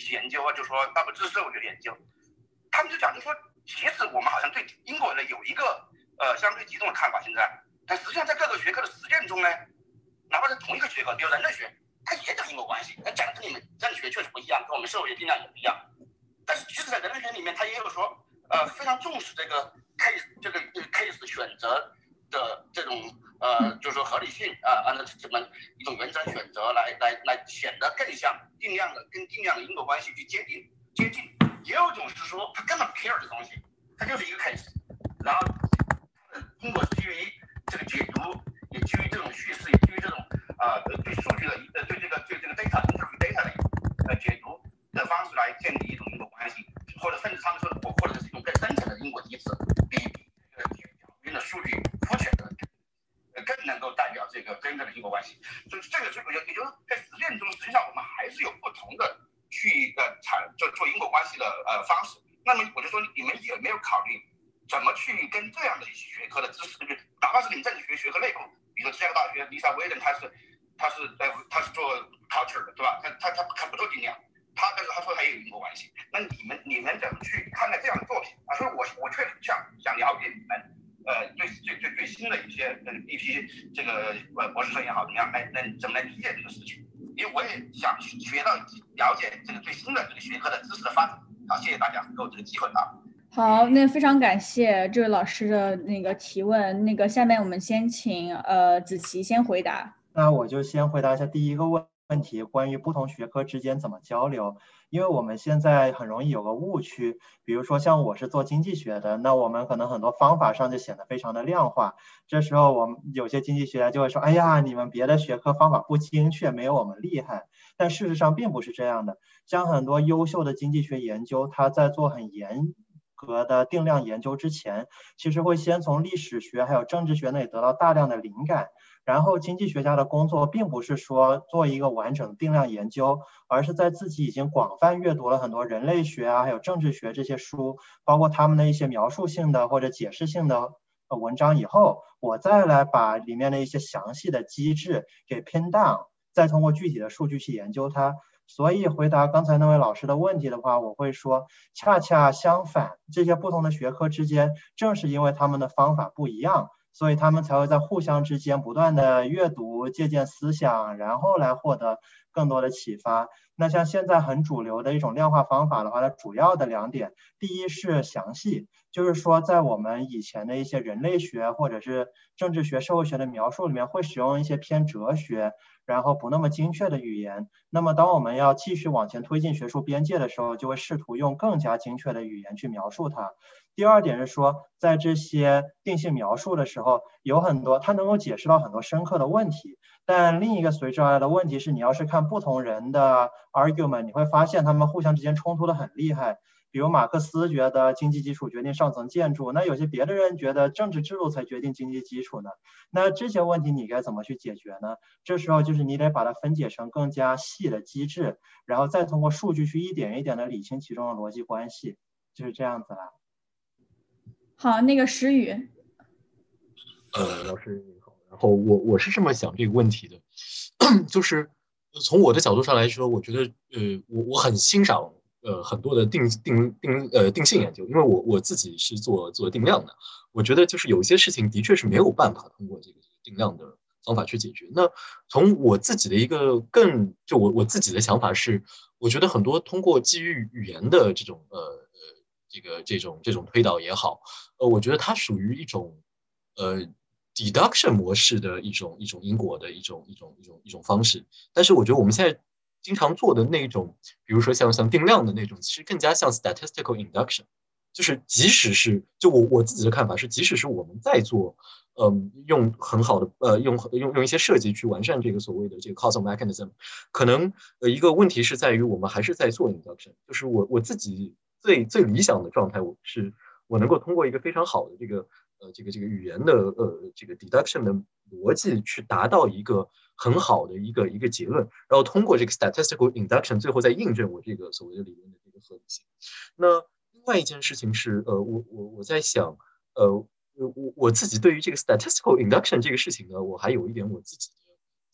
学研究啊，就说啊不，这是社会学研究，他们就讲就说，其实我们好像对英国人有一个呃相对集中的看法现在，但实际上在各个学科的实践中呢，哪怕是同一个学科，比如人类学，它也讲因果关系，它讲的跟你们人类学确实不一样，跟我们社会学定量也不一样。但是即使在人类学里面，它也有说，呃，非常重视这个 case 这个 case 选择的这种呃，就是说合理性啊，按照这么一种原则选择来来来显得更像定量的跟定量的因果关系去接近接近。也有一种是说，它根本不 care 的东西，它就是一个 case， 然后因果基于这个解读，也基于这种叙事，也基于这种啊、呃、对数据的呃对这个对这个 data interpret data 的呃解读的方式来建立一种因果关系，或者甚至他们说，或者是一种更深层的因果机制，比这个表面的数据肤浅的更能够代表这个真正的因果关系。所以这个是也也就是在实践中，实际上我们还是有不同的去呃产就做因果关系的呃方式。那么我就说，你们有没有考虑怎么去跟这样的一些学科的知识，哪怕是你们政治学学科内部，比如说芝加哥大学 Lisa Whalen， 他是他是在他是做 culture 的，对吧？他他他他不做定量，他但是他说他也有因果关系。那你们你们怎么去看待这样的作品啊？所以我我确实想想了解你们呃最最最最新的一些呃一批这个呃博士生也好，怎么样来来怎么来理解这个事情？因为我也想学到了解这个最新的这个学科的知识的发展。好，谢谢大家给我这个机会啊。 好，那非常感谢这位老师的那个提问。那个下面我们先请呃子琪先回答。 那我就先回答一下第一个问问题，关于不同学科之间怎么交流。因为我们现在很容易有个误区，比如说像我是做经济学的，那我们可能很多方法上就显得非常的量化。这时候我们有些经济学家就会说，哎呀，你们别的学科方法不精确，没有我们厉害。但事实上并不是这样的，像很多优秀的经济学研究，它在做很严格的定量研究之前，其实会先从历史学还有政治学那里得到大量的灵感。然后经济学家的工作并不是说做一个完整的定量研究，而是在自己已经广泛阅读了很多人类学啊还有政治学这些书，包括他们的一些描述性的或者解释性的文章以后，我再来把里面的一些详细的机制给 pin down， 再通过具体的数据去研究它。所以回答刚才那位老师的问题的话，我会说恰恰相反，这些不同的学科之间正是因为他们的方法不一样，所以他们才会在互相之间不断的阅读借鉴思想，然后来获得更多的启发。那像现在很主流的一种量化方法的话，它主要的两点，第一是详细，就是说在我们以前的一些人类学或者是政治学社会学的描述里面会使用一些偏哲学然后不那么精确的语言，那么当我们要继续往前推进学术边界的时候，就会试图用更加精确的语言去描述它。第二点是说，在这些定性描述的时候，有很多它能够解释到很多深刻的问题，但另一个随之而来的问题是，你要是看不同人的 argument， 你会发现他们互相之间冲突的很厉害。比如马克思觉得经济基础决定上层建筑，那有些别的人觉得政治制度才决定经济基础呢。那这些问题你该怎么去解决呢？这时候就是你得把它分解成更加细的机制，然后再通过数据去一点一点的理清其中的逻辑关系，就是这样子啦。 好，那个石宇。 呃，老师你好，然后我我是这么想这个问题的，就是从我的角度上来说，我觉得呃，我我很欣赏。呃，很多的定定定呃定性研究，因为我我自己是做做定量的，我觉得就是有一些事情的确是没有办法通过这个定量的方法去解决。那从我自己的一个更就我我自己的想法是，我觉得很多通过基于语言的这种呃呃这个这种这种推导也好，呃，我觉得它属于一种呃 deduction 模式的一种一种因果的一种一种一种一种方式，但是我觉得我们现在经常做的那种，比如说像像定量的那种，其实更加像 statistical induction， 就是即使是就我我自己的看法是，即使是我们在做，嗯，用很好的呃用用用一些设计去完善这个所谓的这个 causal mechanism， 可能呃一个问题是在于我们还是在做 induction， 就是我我自己最最理想的状态，我是我能够通过一个非常好的这个呃这个这个语言的呃这个 deduction 的逻辑去达到一个很好的一个一个结论，然后通过这个 statistical induction 最后再印证我这个所谓的理论的这个合理性。那另外一件事情是，呃，我我我在想，呃，我我自己对于这个 statistical induction 这个事情呢，我还有一点我自己的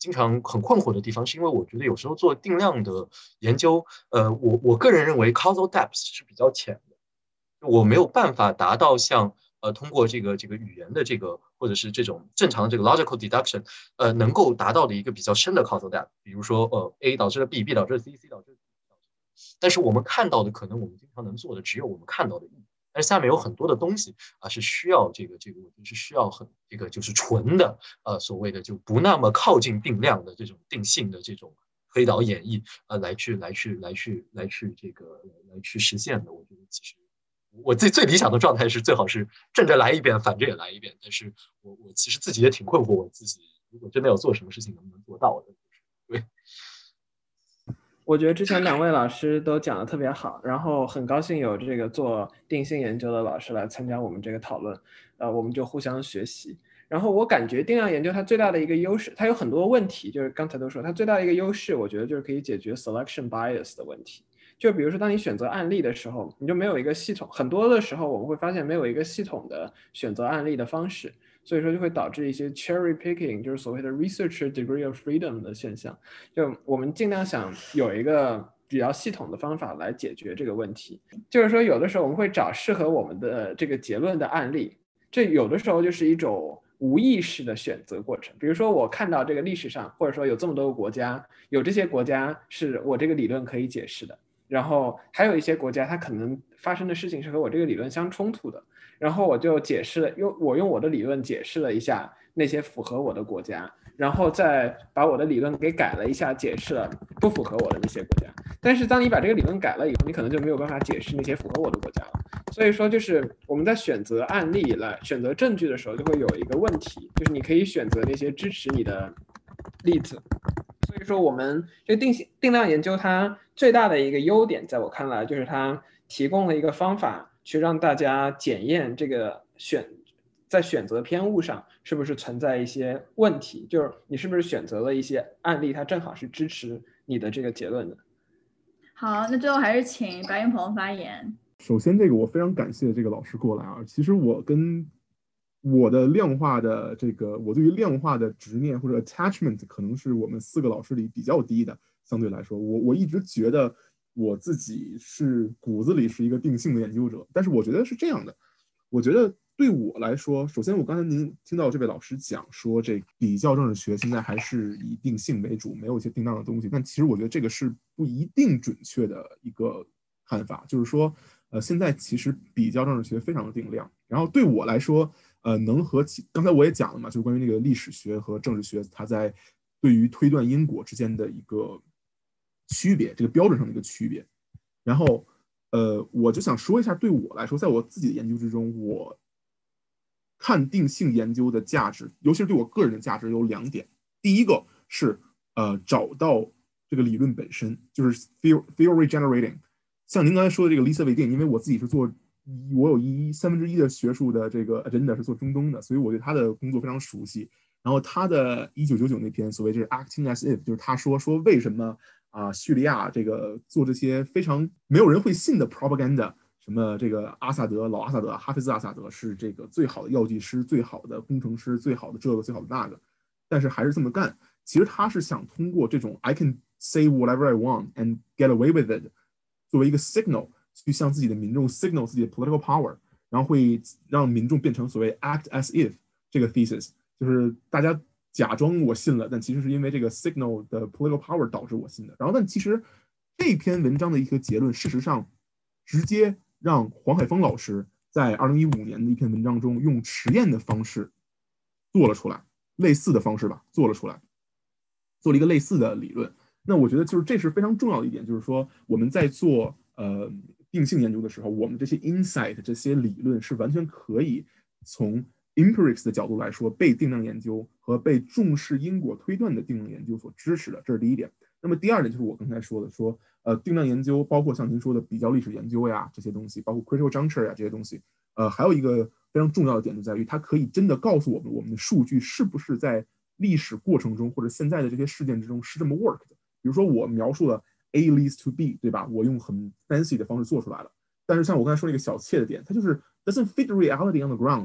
经常很困惑的地方，是因为我觉得有时候做定量的研究，呃，我我个人认为 causal depth 是比较浅的，我没有办法达到像呃通过这个这个语言的这个或者是这种正常的这个 logical deduction， 呃，能够达到的一个比较深的 causal depth， 比如说呃 A 导致了 B，B 导致了 C，C 导致了 D，但是我们看到的可能我们经常能做的只有我们看到的 E。但是下面有很多的东西啊，是需要这个这个，我觉得是需要很这个就是纯的呃所谓的就不那么靠近定量的这种定性的这种推导演绎呃来去来去来去来去这个来去实现的。我觉得其实我最最理想的状态是最好是正着来一遍，反着也来一遍。但是我我其实自己也挺困惑，我自己如果真的要做什么事情，能不能做到的？对。 我觉得之前两位老师都讲得特别好，然后很高兴有这个做定性研究的老师来参加我们这个讨论，呃，我们就互相学习。然后我感觉定量研究它最大的一个优势，它有很多问题，就是刚才都说它最大的一个优势，我觉得就是可以解决 selection bias 的问题。就比如说当你选择案例的时候，你就没有一个系统，很多的时候我们会发现没有一个系统的选择案例的方式。所以说就会导致一些 cherry picking， 就是所谓的 researcher degree of freedom 的现象。就我们尽量想有一个比较系统的方法来解决这个问题。就是说有的时候我们会找适合我们的这个结论的案例，这有的时候就是一种无意识的选择过程。比如说我看到这个历史上，或者说有这么多个国家，有这些国家是我这个理论可以解释的，然后还有一些国家它可能发生的事情是和我这个理论相冲突的，然后我就解释了，用我用我的理论解释了一下那些符合我的国家，然后再把我的理论给改了一下，解释了不符合我的那些国家。但是当你把这个理论改了以后，你可能就没有办法解释那些符合我的国家了。所以说就是我们在选择案例来选择证据的时候，就会有一个问题，就是你可以选择那些支持你的例子。所以说我们这个定性定量研究它最大的一个优点，在我看来就是它提供了一个方法去让大家检验这个选在选择偏误上是不是存在一些问题，就是你是不是选择了一些案例它正好是支持你的这个结论的。 好，那最后还是请白云鹏发言。 首先这个我非常感谢这个老师过来啊，其实我跟我的量化的这个我对于量化的执念或者 attachment 可能是我们四个老师里比较低的，相对来说我我一直觉得我自己是骨子里是一个定性的研究者，但是我觉得是这样的，我觉得对我来说，首先我刚才您听到这位老师讲说这比较政治学现在还是以定性为主，没有一些定量的东西，但其实我觉得这个是不一定准确的一个看法，就是说呃，现在其实比较政治学非常的定量，然后对我来说呃，能和其刚才我也讲了嘛，就是关于那个历史学和政治学它在对于推断因果之间的一个区别，这个标准上的一个区别。然后呃，我就想说一下，对我来说，在我自己的研究之中，我看定性研究的价值，尤其是对我个人的价值有两点。第一个是呃找到这个理论本身，就是 theory generating。像您刚才说的这个 Lisa Wedin，因为我自己是做我有一三分之一的学术的这个 agenda 是做中东的，所以我对他的工作非常熟悉。然后他的一九九九那篇所谓就是 acting as if， 就是他说说为什么啊、呃、叙利亚这个做这些非常没有人会信的 propaganda。什么这个阿萨德老阿萨德哈菲兹阿萨德是这个最好的药剂师，最好的工程师，最好的这个最好的那个，但是还是这么干。其实他是想通过这种 I can say whatever I want and get away with it 作为一个 signal 去向自己的民众 signal 自己的 political power， 然后会让民众变成所谓 act as if 这个 thesis， 就是大家假装我信了，但其实是因为这个 signal 的 political power 导致我信的。然后但其实这篇文章的一个结论，事实上直接让黄海峰老师在二零一五年的一篇文章中用实验的方式做了出来，类似的方式吧，做了出来，做了一个类似的理论。那我觉得就是这是非常重要的一点，就是说我们在做呃定性研究的时候，我们这些 insight 这些理论是完全可以从 empirics 的角度来说被定量研究和被重视因果推断的定量研究所支持的，这是第一点。那么第二点就是我刚才说的，说呃定量研究包括像您说的比较历史研究呀这些东西，包括 critical juncture 呀这些东西，呃还有一个非常重要的点就在于它可以真的告诉我们我们的数据是不是在历史过程中或者现在的这些事件之中是这么 work 的。比如说我描述了 A leads to B， 对吧？我用很 fancy 的方式做出来了，但是像我刚才说那个小切的点，它就是 doesn't fit reality on the ground。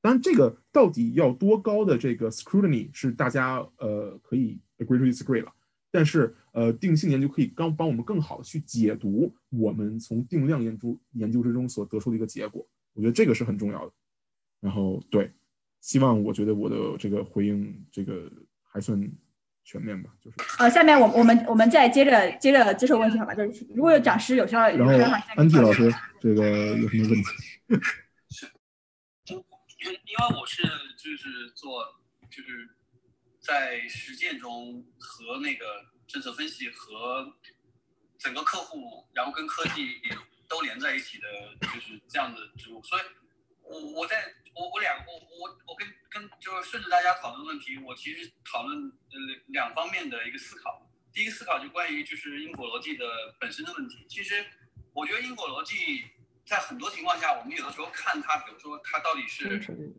当然，这个到底要多高的这个 scrutiny 是大家呃可以 agree to disagree 了。但是呃，定性研究可以刚帮我们更好的去解读我们从定量研究研究之中所得出的一个结果，我觉得这个是很重要的。然后对，希望我觉得我的这个回应这个还算全面吧，就是。呃， 下面我我们我们再接着接着接受问题好吧？就是如果有讲师有需要， 然后安迪老师这个有什么问题？ 是，因为我是就是做就是在实践中和那个政策分析和整个客户，然后跟科技都连在一起的，就是这样的职务，所以我我在我我两我我我跟跟就是顺着大家讨论问题，我其实讨论呃两方面的一个思考。第一个思考就关于就是因果逻辑的本身的问题。其实我觉得因果逻辑在很多情况下，我们有的时候看它，比如说它到底是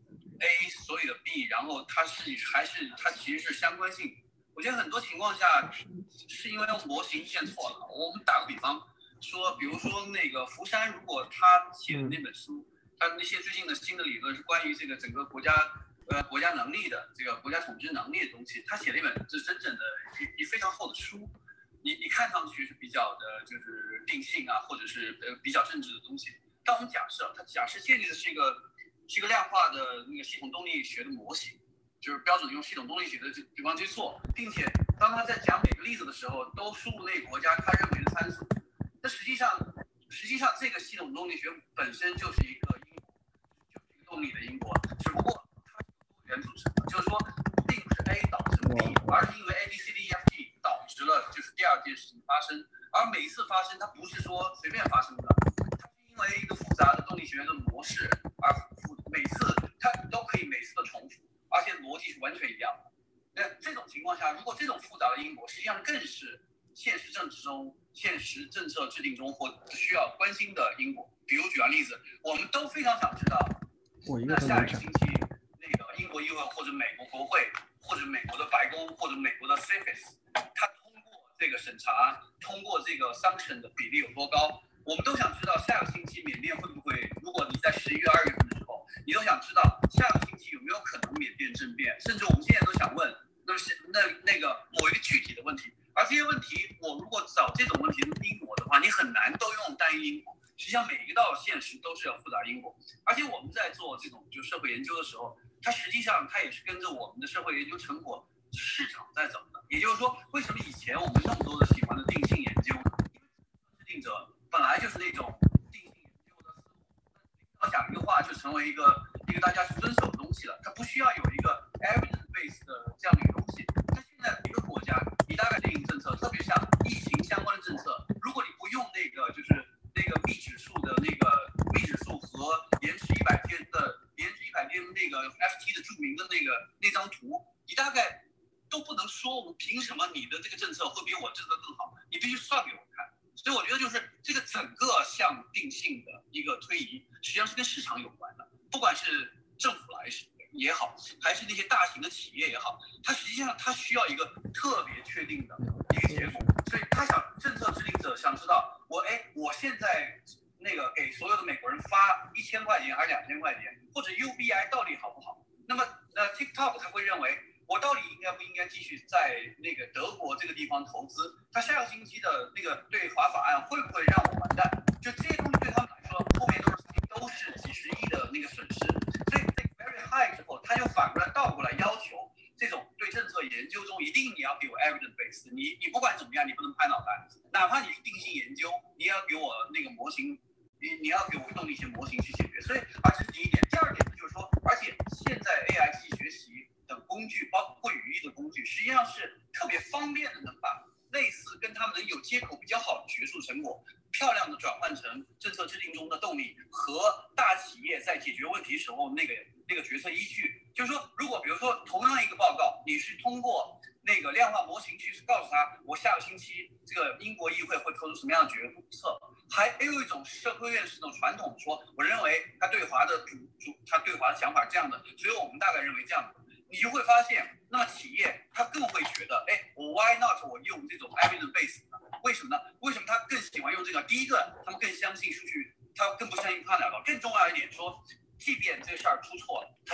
A 所有的 B， 然后它是还是它其实是相关性。我觉得很多情况下是因为模型建错了。我们打个比方说，比如说那个福山，如果他写的那本书，他那些最近的新的理论是关于这个整个国家呃国家能力的这个国家统治能力的东西，他写了一本这整整的一一非常厚的书，你你看上去是比较的就是定性啊，或者是呃比较政治的东西。但我们假设他假设建立的是一个是一个量化的那个系统动力学的模型。就是标准用系统动力学的地方去做，并且当他在讲每个例子的时候，都输入那个国家他认为的参数。那实际上，实际上这个系统动力学本身就是一个因果，就是一个动力的因果，只不过它是多元组成的，就是说，并不是 A 导致 B， 而是因为 A B C D E F G 导致了就是第二件事情发生。而每一次发生，它不是说随便发生的，它是因为一个复杂的动力学的模式而每次它都可以每次的重复。而且逻辑是完全一样的。那这种情况下，如果这种复杂的因果，实际上更是现实政治中、现实政策制定中或需要关心的因果。比如举个例子，我们都非常想知道，那下一个星期那个英国议会或者美国国会或者美国的白宫或者美国的 C F I S， 它通过这个审查、通过这个 sanction 的比例有多高？我们都想知道下个星期缅甸会不会，如果你在十一月、二月份的时候，你都想知道下个星期有没有可能缅甸政变，甚至我们现在都想问，那是那那个某一个具体的问题。而这些问题，我如果找这种问题的因果的话，你很难都用单一因果。实际上每一道现实都是要复杂因果。而且我们在做这种就社会研究的时候，它实际上它也是跟着我们的社会研究成果市场在走的。也就是说，为什么以前我们那么多的喜欢的定性研究，因为制定者本来就是那种定性研究的思路，领导讲一个话就成为一个一个大家去遵守的东西了，它不需要有一个 evidence base 的这样的一个东西。那现在一个国家，你大概定政策，特别像疫情相关的政策，如果你不用那个就是那个幂指数的那个幂指数和延迟一百天的延迟一百天那个 F T 的著名的那个那张图，你大概都不能说我凭什么你的这个政策会比我政策更好，你必须算给我看。所以我觉得就是这个整个向定性的一个推移，实际上是跟市场有关的。不管是政府来也好，还是那些大型的企业也好，它实际上它需要一个特别确定的一个结果。所以他想政策制定者想知道，我哎，我现在那个给所有的美国人发一千块钱还是两千块钱，或者 U B I 到底好不好？那么呃 TikTok 他会认为，我到底应该不应该继续在那个德国这个地方投资？他下个星期的那个对华法案会不会让我完蛋？就这些东西对他们来说，后面都是都是几十亿的那个损失。所以在 very high 之后，他就反过来倒过来要求这种对政策研究中一定你要给我 evidence base， 你你不管怎么样，你不能拍脑袋，哪怕你是定性研究，你也要给我那个模型，你你要给我动力学模型去解决。所以，而这是第一点。第二点就是说，而且现在 A I 机器学习等工具，包括语义的工具，实际上是特别方便的，能把类似跟他们能有接口比较好的学术成果，漂亮的转换成政策制定中的动力和大企业在解决问题时候那个那个决策依据。就是说，如果比如说同样一个报告，你是通过那个量化模型去告诉他，我下个星期这个英国议会会做出什么样的决策，还有一种社科院是那种传统说，我认为他对华的主主他对华的想法是这样的，所以我们大概认为这样的。你就会发现，那么企业他更会觉得，哎，我 why not 我用这种 evidence base 呢？为什么呢？为什么他更喜欢用这个？第一个，他们更相信数据，他更不相信判断了。更重要一点说，即便这事儿出错了，他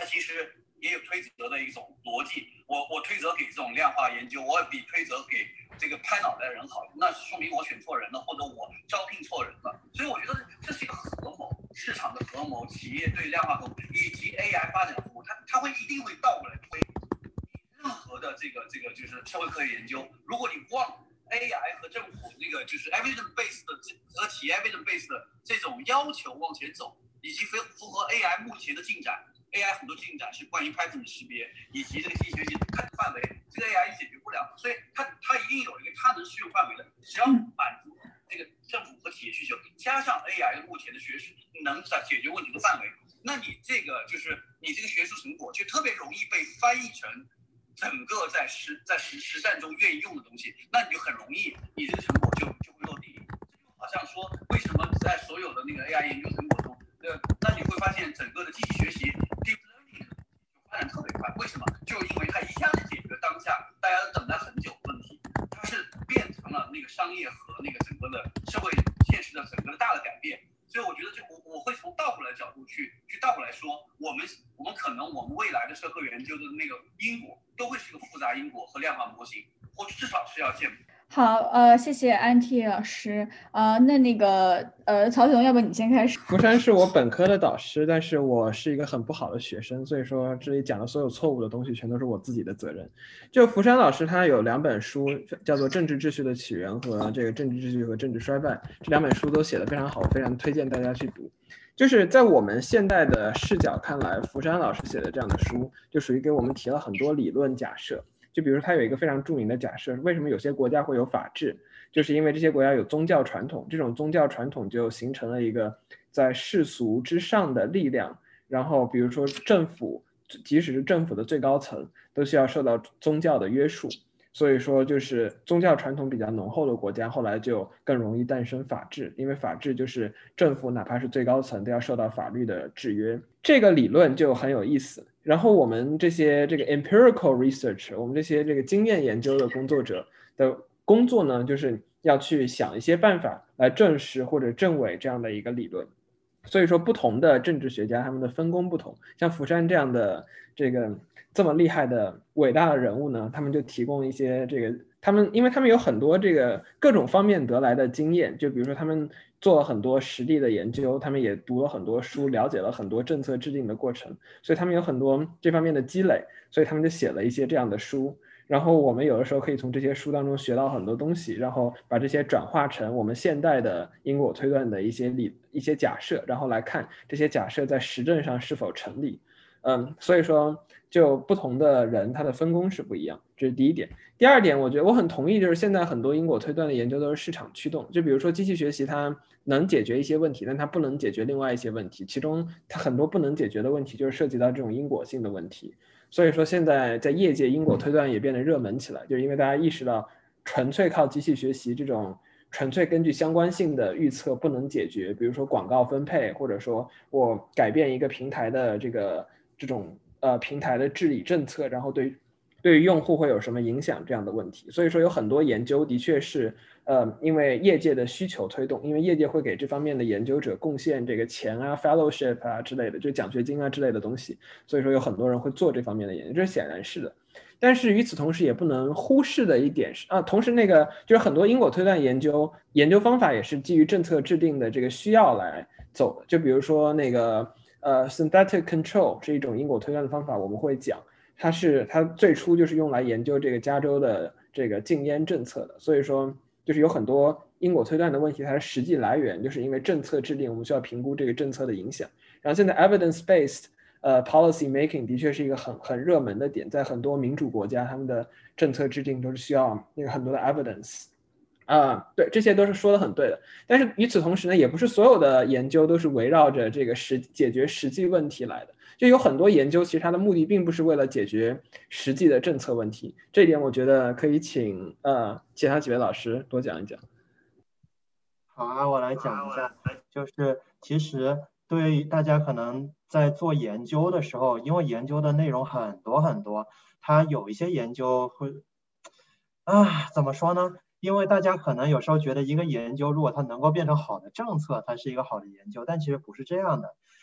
其实也有推责的一种逻辑。我我推责给这种量化研究，我比推责给这个拍脑袋的人好，那说明我选错人了，或者我招聘错人了。所以我觉得这是一个合谋，市场的合谋，企业对量化合谋以及 A I 发展服务，它它会一定会倒过来推。任何的这个这个就是社会科学研究，如果你往 A I 和政府那个就是 evidence based 的和企业 evidence based 的这种要求往前走，以及符合 A I 目前的进展 ，A I 很多进展是关于 pattern 识别以及这个机器学习它的范围，这个 A I 解决不了，所以它它一定有一个它能适用范围的，只要满足这个政府和企业需求，加上 A I 目前的学术能解决问题的范围，那你这个就是你这个学术成果就特别容易被翻译成整个在实在实实战中愿意用的东西，那你就很容易，你这个成果就就会落地。这就好像说，为什么在所有的那个 A I 研究成果中，呃，那你会发现整个的机器学习 deep learning 就发展特别快，为什么？就因为它一下子解决当下大家都等待很久的问题，它是变成了那个商业和那个整个的社会现实的整个的大的改变。所以我觉得就我我会从倒过来的角度去去倒过来说，我们我们可能我们未来的社科研究的那个因果都会是个复杂因果和量化模型，或至少是要建模。 好，呃，谢谢安 T 老师，呃，那那个，呃，曹总，要不你先开始？ 福山是我本科的导师，但是我是一个很不好的学生，所以说这里讲的所有错误的东西全都是我自己的责任。就福山老师他有两本书，叫做《政治秩序的起源》和这个《政治秩序和政治衰败》，这两本书都写得非常好，非常推荐大家去读。就是在我们现代的视角看来，福山老师写的这样的书，就属于给我们提了很多理论假设。就比如他有一个非常著名的假设，为什么有些国家会有法治，就是因为这些国家有宗教传统，这种宗教传统就形成了一个在世俗之上的力量，然后比如说政府，即使是政府的最高层都需要受到宗教的约束，所以说就是宗教传统比较浓厚的国家后来就更容易诞生法治，因为法治就是政府哪怕是最高层都要受到法律的制约。这个理论就很有意思。然后我们这些这个 empirical research， 我们这些这个经验研究的工作者的工作呢，就是要去想一些办法来证实或者证伪这样的一个理论。所以说不同的政治学家他们的分工不同，像福山这样的这个这么厉害的伟大的人物呢，他们就提供一些这个他们因为他们有很多这个各种方面得来的经验，就比如说他们做了很多实地的研究，他们也读了很多书，了解了很多政策制定的过程，所以他们有很多这方面的积累，所以他们就写了一些这样的书。然后我们有的时候可以从这些书当中学到很多东西，然后把这些转化成我们现代的因果推断的一些理一些假设，然后来看这些假设在实证上是否成立。嗯，所以说就不同的人他的分工是不一样，这是第一点。第二点，我觉得我很同意，就是现在很多因果推断的研究都是市场驱动，就比如说机器学习它能解决一些问题，但它不能解决另外一些问题，其中它很多不能解决的问题就是涉及到这种因果性的问题。所以说现在在业界因果推断也变得热门起来，就是因为大家意识到纯粹靠机器学习这种纯粹根据相关性的预测不能解决，比如说广告分配，或者说我改变一个平台的这个这种呃平台的治理政策，然后对对于用户会有什么影响这样的问题。所以说有很多研究的确是呃因为业界的需求推动，因为业界会给这方面的研究者贡献这个钱啊 fellowship 啊之类的，就奖学金啊之类的东西，所以说有很多人会做这方面的研究，这是显然是的。但是与此同时也不能忽视的一点是啊，同时那个就是很多因果推断研究研究方法也是基于政策制定的这个需要来走的，就比如说那个呃 synthetic control 是一种因果推断的方法，我们会讲它是它最初就是用来研究这个加州的这个禁烟政策的，所以说就是有很多因果推断的问题，它的实际来源就是因为政策制定，我们需要评估这个政策的影响。然后现在 evidence based呃 policy making 的确是一个很很热门的点，在很多民主国家，他们的政策制定都是需要那个很多的 evidence。啊、呃，对，这些都是说的很对的。但是与此同时呢，也不是所有的研究都是围绕着这个实解决实际问题来的。就有很多研究，其实它的目的并不是为了解决实际的政策问题。这一点我觉得可以请呃其他几位老师多讲一讲。 好啊，我来讲一下，就是其实对大家可能在做研究的时候，因为研究的内容很多很多，它有一些研究会啊怎么说呢？因为大家可能有时候觉得一个研究如果它能够变成好的政策，它是一个好的研究，但其实不是这样的。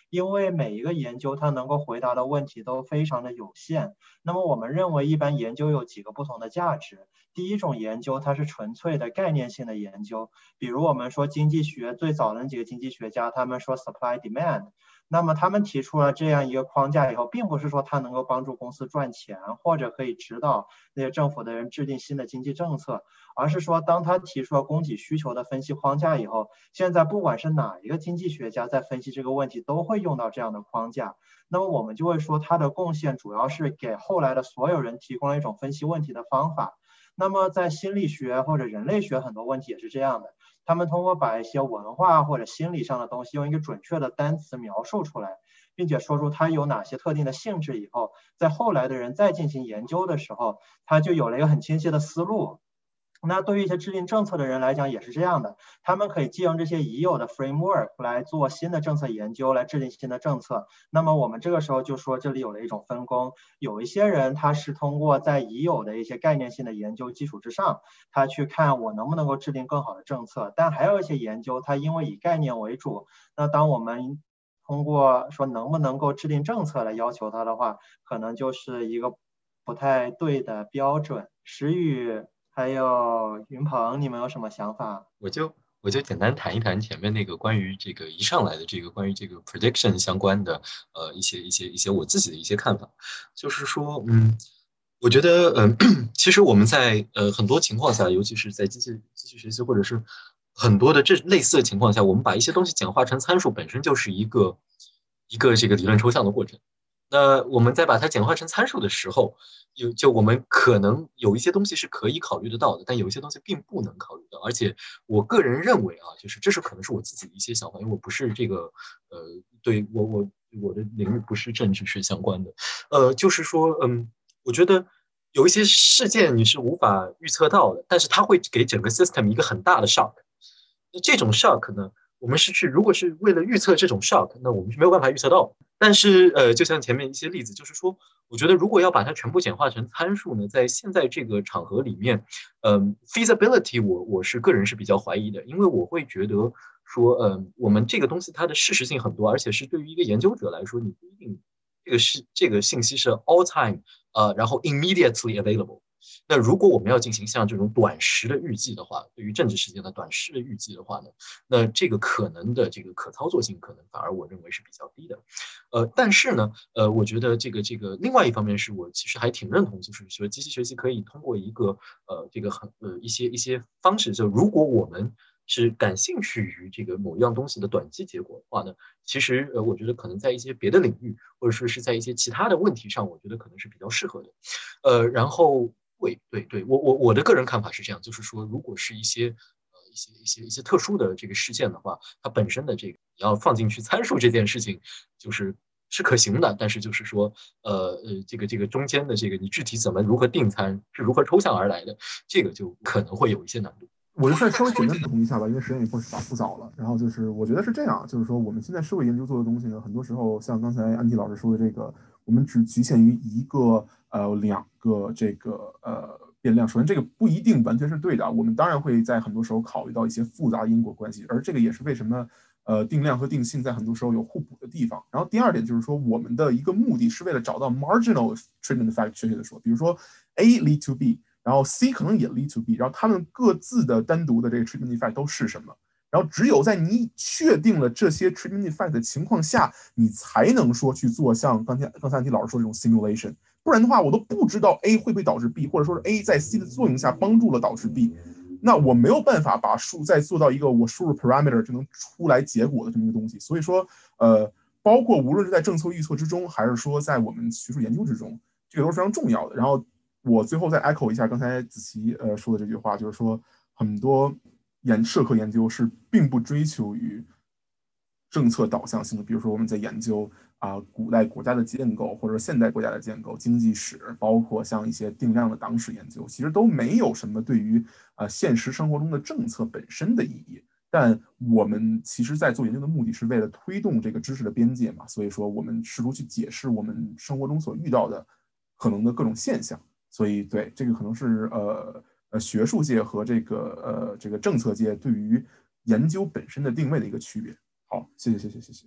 因为每一个研究它能够回答的问题都非常的有限。那么我们认为一般研究有几个不同的价值。第一种研究它是纯粹的概念性的研究，比如我们说经济学最早的几个经济学家，他们说 supply demand， 那么他们提出了这样一个框架以后，并不是说它能够帮助公司赚钱，或者可以指导那些政府的人制定新的经济政策，而是说当他提出了供给需求的分析框架以后，现在不管是哪一个经济学家在分析这个问题都会用到这样的框架。那么我们就会说他的贡献主要是给后来的所有人提供了一种分析问题的方法。那么在心理学或者人类学很多问题也是这样的，他们通过把一些文化或者心理上的东西用一个准确的单词描述出来，并且说出它有哪些特定的性质以后，在后来的人再进行研究的时候，他就有了一个很清晰的思路。那对于一些制定政策的人来讲也是这样的，他们可以借用这些已有的 framework 来做新的政策研究，来制定新的政策。那么我们这个时候就说这里有了一种分工，有一些人他是通过在已有的一些概念性的研究基础之上，他去看我能不能够制定更好的政策，但还有一些研究他因为以概念为主，那当我们通过说能不能够制定政策来要求他的话，可能就是一个不太对的标准。石宇还有云鹏，你们有什么想法？ 我就我就简单谈一谈前面那个关于这个一上来的这个关于这个 prediction 相关的呃一些一些一些我自己的一些看法，就是说，嗯，我觉得，嗯、呃，其实我们在呃很多情况下，尤其是在机器机器学习或者是很多的这类似的情况下，我们把一些东西简化成参数，本身就是一个一个这个理论抽象的过程。那我们在把它简化成参数的时候，有就我们可能有一些东西是可以考虑得到的，但有一些东西并不能考虑到。而且我个人认为啊，就是这是可能是我自己的一些想法，因为我不是这个呃，对我我我的领域不是政治学相关的，呃，就是说，嗯，我觉得有一些事件你是无法预测到的，但是它会给整个 system 一个很大的 shock。那这种 shock 呢，我们是去如果是为了预测这种 shock， 那我们是没有办法预测到的。但是呃，就像前面一些例子，就是说，我觉得如果要把它全部简化成参数呢，在现在这个场合里面，嗯、呃、，feasibility 我我是个人是比较怀疑的，因为我会觉得说，嗯、呃，我们这个东西它的事实性很多，而且是对于一个研究者来说，你不一定这个是这个信息是 all time 呃，然后 immediately available。那如果我们要进行像这种短时的预计的话，对于政治事件的短时的预计的话呢，那这个可能的这个可操作性可能反而我认为是比较低的。呃，但是呢，呃，我觉得这个这个另外一方面是我其实还挺认同，就是说机器学习可以通过一个呃这个很呃一些一些方式，就如果我们是感兴趣于这个某一样东西的短期结果的话呢，其实呃我觉得可能在一些别的领域，或者说是在一些其他的问题上，我觉得可能是比较适合的。呃，然后。对对对，我我我的个人看法是这样，就是说，如果是一些呃一些一些一些特殊的这个事件的话，它本身的这个你要放进去参数这件事情，就是是可行的，但是就是说，呃呃，这个这个中间的这个你具体怎么如何定参，是如何抽象而来的，这个就可能会有一些难度。 我就再稍微简单补充一下吧，因为时间也过早不早了。然后就是，我觉得是这样，就是说我们现在社会研究做的东西呢，很多时候像刚才安迪老师说的这个，我们只局限于一个呃两个这个呃变量。首先，这个不一定完全是对的，我们当然会在很多时候考虑到一些复杂的因果关系，而这个也是为什么呃定量和定性在很多时候有互补的地方。然后第二点就是说，我们的一个目的是为了找到 marginal treatment effect， 确切的说，比如说 A lead to B。然后 C 可能也 lead to B， 然后他们各自的单独的这个 treatment effect 都是什么？然后只有在你确定了这些 treatment effect 的情况下，你才能说去做像刚才刚才安迪老师说这种 simulation， 不然的话我都不知道 A 会不会导致 B， 或者说是 A 在 C 的作用下帮助了导致 B， 那我没有办法把数再做到一个我输入 parameter 就能出来结果的这么一个东西。所以说，呃，包括无论是在政策预测之中，还是说在我们学术研究之中，这个都是非常重要的。然后。我最后再 echo 一下刚才子琪呃说的这句话，就是说很多研社科研究是并不追求于政策导向性的，比如说我们在研究啊、呃、古代国家的建构或者现代国家的建构、经济史，包括像一些定量的党史研究，其实都没有什么对于啊、呃、现实生活中的政策本身的意义。但我们其实在做研究的目的是为了推动这个知识的边界嘛，所以说我们试图去解释我们生活中所遇到的可能的各种现象。所以，对这个可能是呃呃学术界和这个呃这个政策界对于研究本身的定位的一个区别。好，谢谢谢谢谢谢。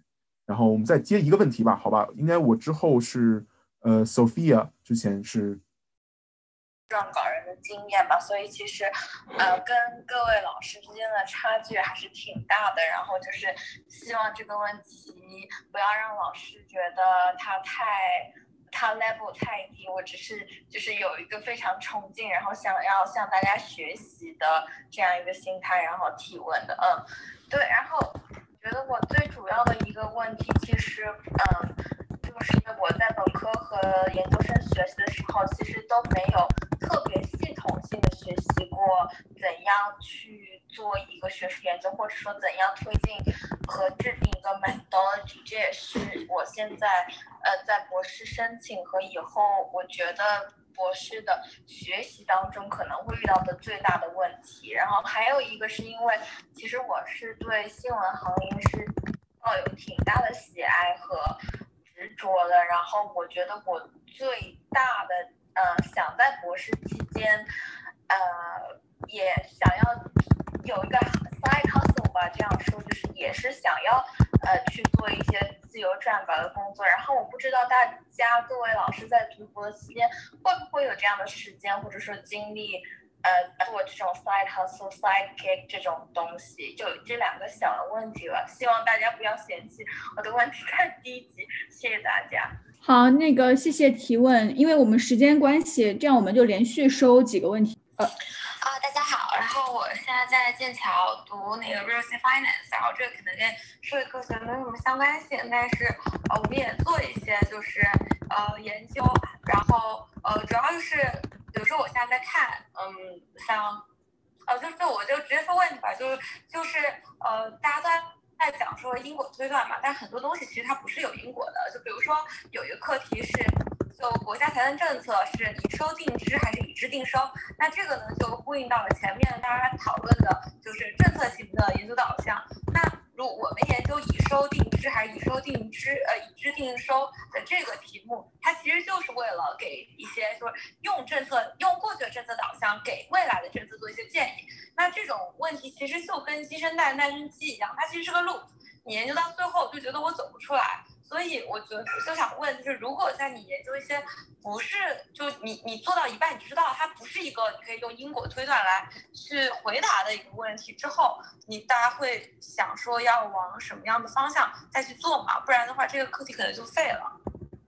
然后我们再接一个问题吧，好吧？应该我之后是呃 Sophia 之前是撰稿人的经验吧，所以其实呃跟各位老师之间的差距还是挺大的。然后就是希望这个问题不要让老师觉得他太他 level 太低，我只是就是有一个非常崇敬，然后想要向大家学习的这样一个心态，然后提问的。嗯，对。然后觉得我最主要的一个问题，其实嗯，就是我在本科和研究生学习的时候，其实都没有特别系统性的学习过怎样去做一个学术研究，或者说怎样推进和制定一个 methodology。这也是我现在呃在博士申请和以后我觉得博士的学习当中可能会遇到的最大的问题。然后还有一个是因为其实我是对新闻行业是抱有挺大的喜爱和执着的，然后我觉得我最大的呃想在博士期间呃也想要有一个 side hustle 吧，这样说就是也是想要呃去做一些自由撰稿的工作。然后我不知道大家各位老师在读博期间会不会有这样的时间，或者说经历呃做这种 side hustle side gig 这种东西。就这两个小的问题了，希望大家不要嫌弃我的问题太低级，谢谢大家。 好，那个谢谢提问，因为我们时间关系，这样我们就连续收几个问题。呃啊，大家好，然后我现在在剑桥读那个 real estate finance， 然后这个可能跟社会科学没有什么相关性，但是呃我们也做一些就是呃研究，然后呃主要是比如说我现在在看，嗯，像呃就是我就直接说问题吧，就是就是呃大家都在讲说因果推断嘛，但很多东西其实它不是有因果的，就比如说有一个课题是。就国家财政政策是以收定支还是以支定收？那这个呢就呼应到了前面大家讨论的，就是政策型的研究导向。那如我们研究以收定支还是以收定支，呃以支定收的这个题目，它其实就是为了给一些就是用政策用过去的政策导向给未来的政策做一些建议。那这种问题其实就跟鸡生蛋蛋生鸡一样，它其实是个路，你研究到最后就觉得我走不出来。所以我觉得就想问，就是如果在你研究一些不是就你你做到一半，你知道它不是一个你可以用因果推断来去回答的一个问题之后，你大家会想说要往什么样的方向再去做嘛？不然的话，这个课题可能就废了。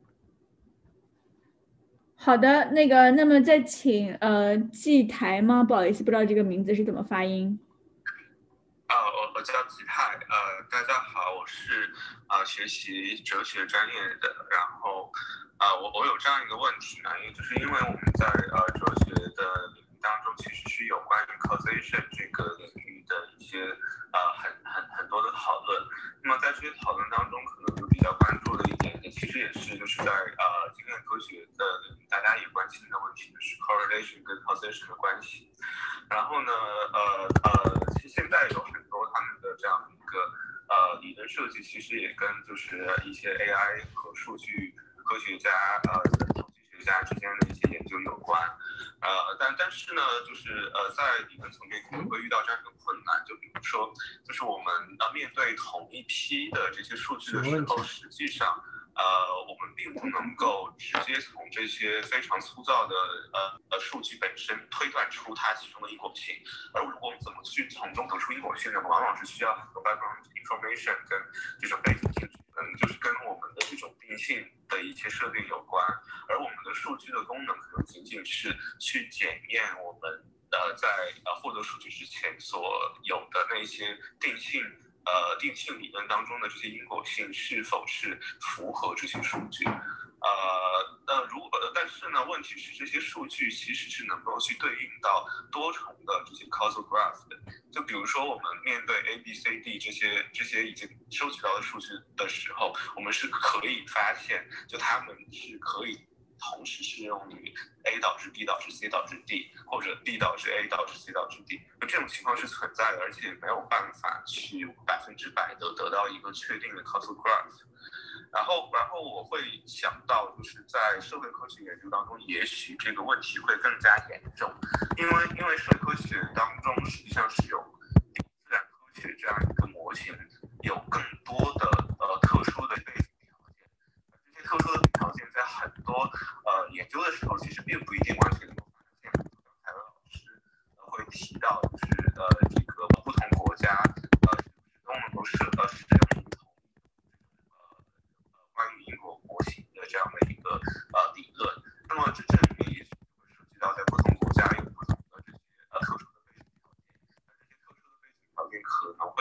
好的，那个，那么再请呃季台吗？不好意思，不知道这个名字是怎么发音。 呃，我我叫季泰，呃，大家好，我是啊、呃、学习哲学专业的，然后啊、呃、我我有这样一个问题呢，因为就是因为我们在呃哲学的领域当中，其实是有关于 causation 这个领域的一些呃很很很多的讨论。那么在这些讨论当中，可能就比较关注的一点，其实也是就是在呃经验科学的领域大家也关心的问题，就是 correlation 跟 causation 的关系。然后呢，呃呃，其实现在有很多他们的这样一个呃理论设计，其实也跟就是一些 A I 和数据科学家呃统计学家之间的一些研究有关。呃，但但是呢，就是呃在理论层面可能会遇到这样一个困难，就比如说，就是我们呃面对同一批的这些数据的时候，实际上。呃，我们并不能够直接从这些非常粗糙的呃呃数据本身推断出它其中的因果性，而我们怎么去从中得出因果性呢？往往是需要很多 background information 跟这种背景信息，嗯，就是跟我们的这种定性的一些设定有关，而我们的数据的功能可能仅仅是去检验我们呃在呃获得数据之前所有的那些定性。呃，定性理论当中的这些因果性是否是符合这些数据？呃，那如呃，但是呢，问题是这些数据其实是能够去对应到多重的这些 causal graph 的。就比如说我们面对 A B C D 这些这些已经收集到的数据的时候，我们是可以发现，就它们是可以。同时适用于 A 导致 B 导致 C 导致 D， 或者 B 导致 A 导致 C 导致 D， 那这种情况是存在的，而且没有办法去百分之百的得到一个确定的 causal graph。然后，然后我会想到，就是在社会科学研究当中，也许这个问题会更加严重，因为因为社会科学当中实际上是有自然科学这样一个模型，有更多的呃特殊的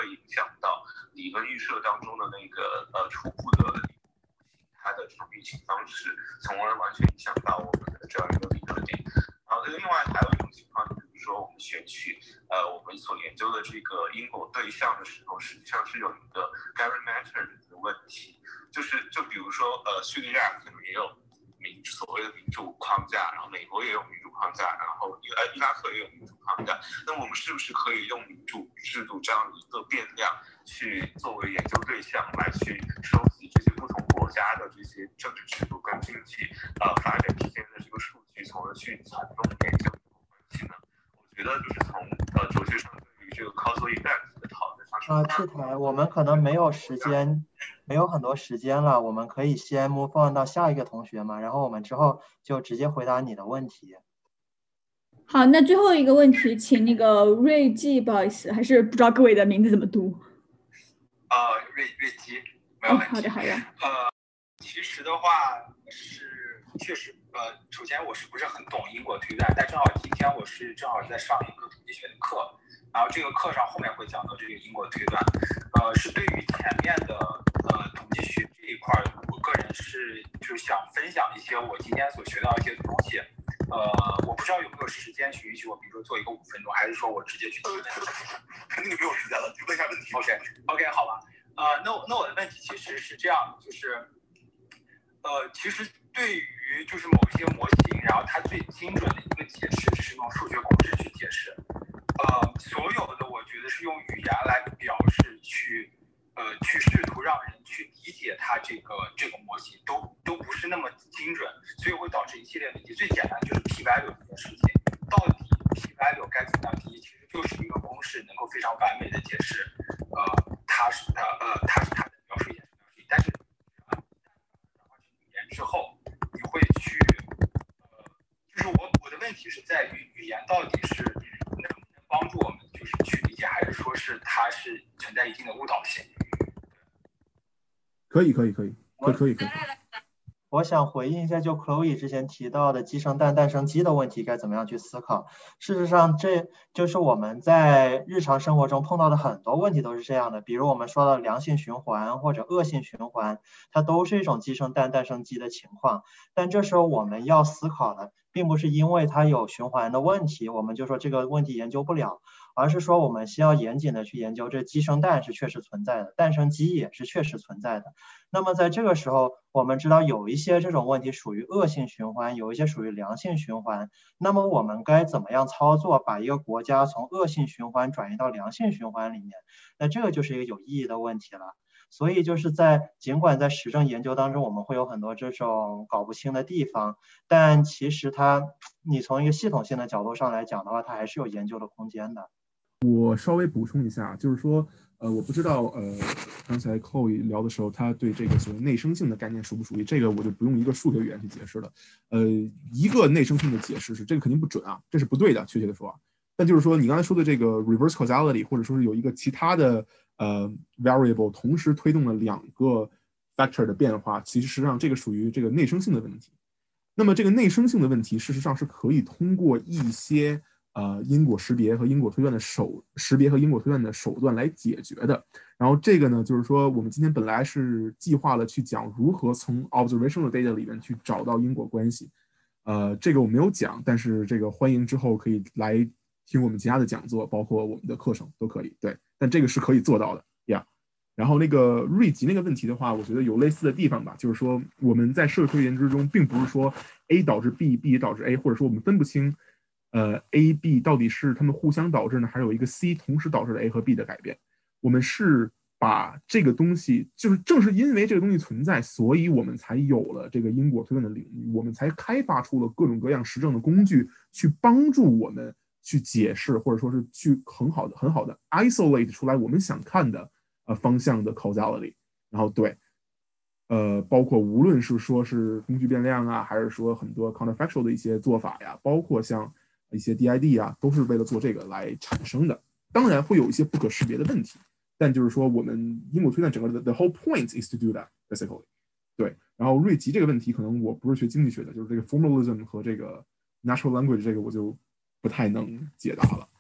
会影响到理论预设当中的那个呃初步的它的这种运行方式，从而完全影响到我们的这样一个立刻点。然后另外还有一种情况，比如说我们选取呃我们所研究的这个因果对象的时候，实际上是有一个 Gary Matter 的问题，就是就比如说呃叙利亚可能也有民所谓的民主框架，然后美国也有民主框架，然后呃伊拉克也有民主框架，那么我们是不是可以用民主制度这样一个变量去作为研究对象来去收集这些不同国家的这些政治制度跟经济呃发展之间的这个数据，从而去采用研究关系呢？我觉得就是从呃哲学上对于这个 causal event 的讨论上是啊，T台，我们可能没有时间，没有很多时间了，我们可以先 move on 到下一个同学嘛，然后我们之后就直接回答你的问题。 好，那最后一个问题，请那个瑞基，不好意思，还是不知道各位的名字怎么读。 呃，瑞瑞基，没有问题。 哦，好的好的。 呃，其实的话是确实，呃，首先我是不是很懂因果推断，但正好今天我是正好在上一个统计学的课，然后这个课上后面会讲到这个因果推断，呃，是对于前面的呃统计学这一块，我个人是就是想分享一些我今天所学到一些东西。呃，我不知道有没有时间去允许我，比如说做一个五分钟，还是说我直接去提问？ 肯定没有时间了，就问一下问题。 OK OK， 好吧。呃，那我那我的问题其实是这样，就是，呃，其实对于就是某一些模型，然后它最精准的一个解释是用数学公式去解释。呃，所有的我觉得是用语言来表示去。呃，去试图让人去理解它这个这个模型，都都不是那么精准，所以会导致一系列问题。最简单就是 p value 这件事情，到底 p value 该怎么样定义，其实就是一个公式，能够非常完美的解释，呃，它是它呃它是它的描述一件什么样的事情。但是啊，转化成语言之后，你会去呃，就是我我的问题是在于语言到底是能不能帮助我们就是去理解，还是说是它是存在一定的误导性？ 可以可以可以可以可以可以。 我想回应一下，就 Chloe 之前提到的鸡生蛋蛋生鸡的问题该怎么样去思考。事实上，这就是我们在日常生活中碰到的很多问题都是这样的。比如我们说到良性循环或者恶性循环，它都是一种鸡生蛋蛋生鸡的情况。但这时候我们要思考的，并不是因为它有循环的问题，我们就说这个问题研究不了，而是说我们需要严谨的去研究这鸡生蛋是确实存在的，蛋生鸡也是确实存在的。那么在这个时候，我们知道有一些这种问题属于恶性循环，有一些属于良性循环。那么我们该怎么样操作，把一个国家从恶性循环转移到良性循环里面？那这个就是一个有意义的问题了。所以就是在尽管在实证研究当中，我们会有很多这种搞不清的地方，但其实它，你从一个系统性的角度上来讲的话，它还是有研究的空间的。 我稍微补充一下，就是说，呃，我不知道，呃，刚才 Chloe 聊的时候，他对这个所谓内生性的概念熟不熟悉？这个我就不用一个数学语言去解释了。呃，一个内生性的解释是，这个肯定不准啊，这是不对的，确切的说啊。但就是说，你刚才说的这个 reverse causality， 或者说是有一个其他的呃 variable 同时推动了两个 factor 的变化，其实实际上这个属于这个内生性的问题。那么这个内生性的问题，事实上是可以通过一些呃因果识别和因果推断的手识别和因果推断的手段来解决的。然后这个呢，就是说我们今天本来是计划了去讲如何从 observational data 里面去找到因果关系。呃，这个我没有讲，但是这个欢迎之后可以来听我们其他的讲座，包括我们的课程都可以。对，但这个是可以做到的呀。Yeah. 然后那个瑞吉那个问题的话，我觉得有类似的地方吧，就是说我们在社会科学研究中，并不是说 A 导致 B，B 导致 A， 或者说我们分不清，呃 A、B 到底是他们互相导致呢，还是有一个 C 同时导致了 A 和 B 的改变。我们是把这个东西，就是正是因为这个东西存在，所以我们才有了这个因果推断的领域，我们才开发出了各种各样实证的工具，去帮助我们去解释，或者说是去很好的、很好的 isolate 出来我们想看的呃方向的 causality。然后对，呃，包括无论是说是工具变量啊，还是说很多 counterfactual 的一些做法呀，包括像一些 D I D 啊，都是为了做这个来产生的。当然会有一些不可识别的问题。但就是说，我们因果推断整个的 the whole point is to do that basically。对，然后瑞吉这个问题，可能我不是学经济学的，就是这个 formalism 和这个 natural language 这个我就不太能解答了。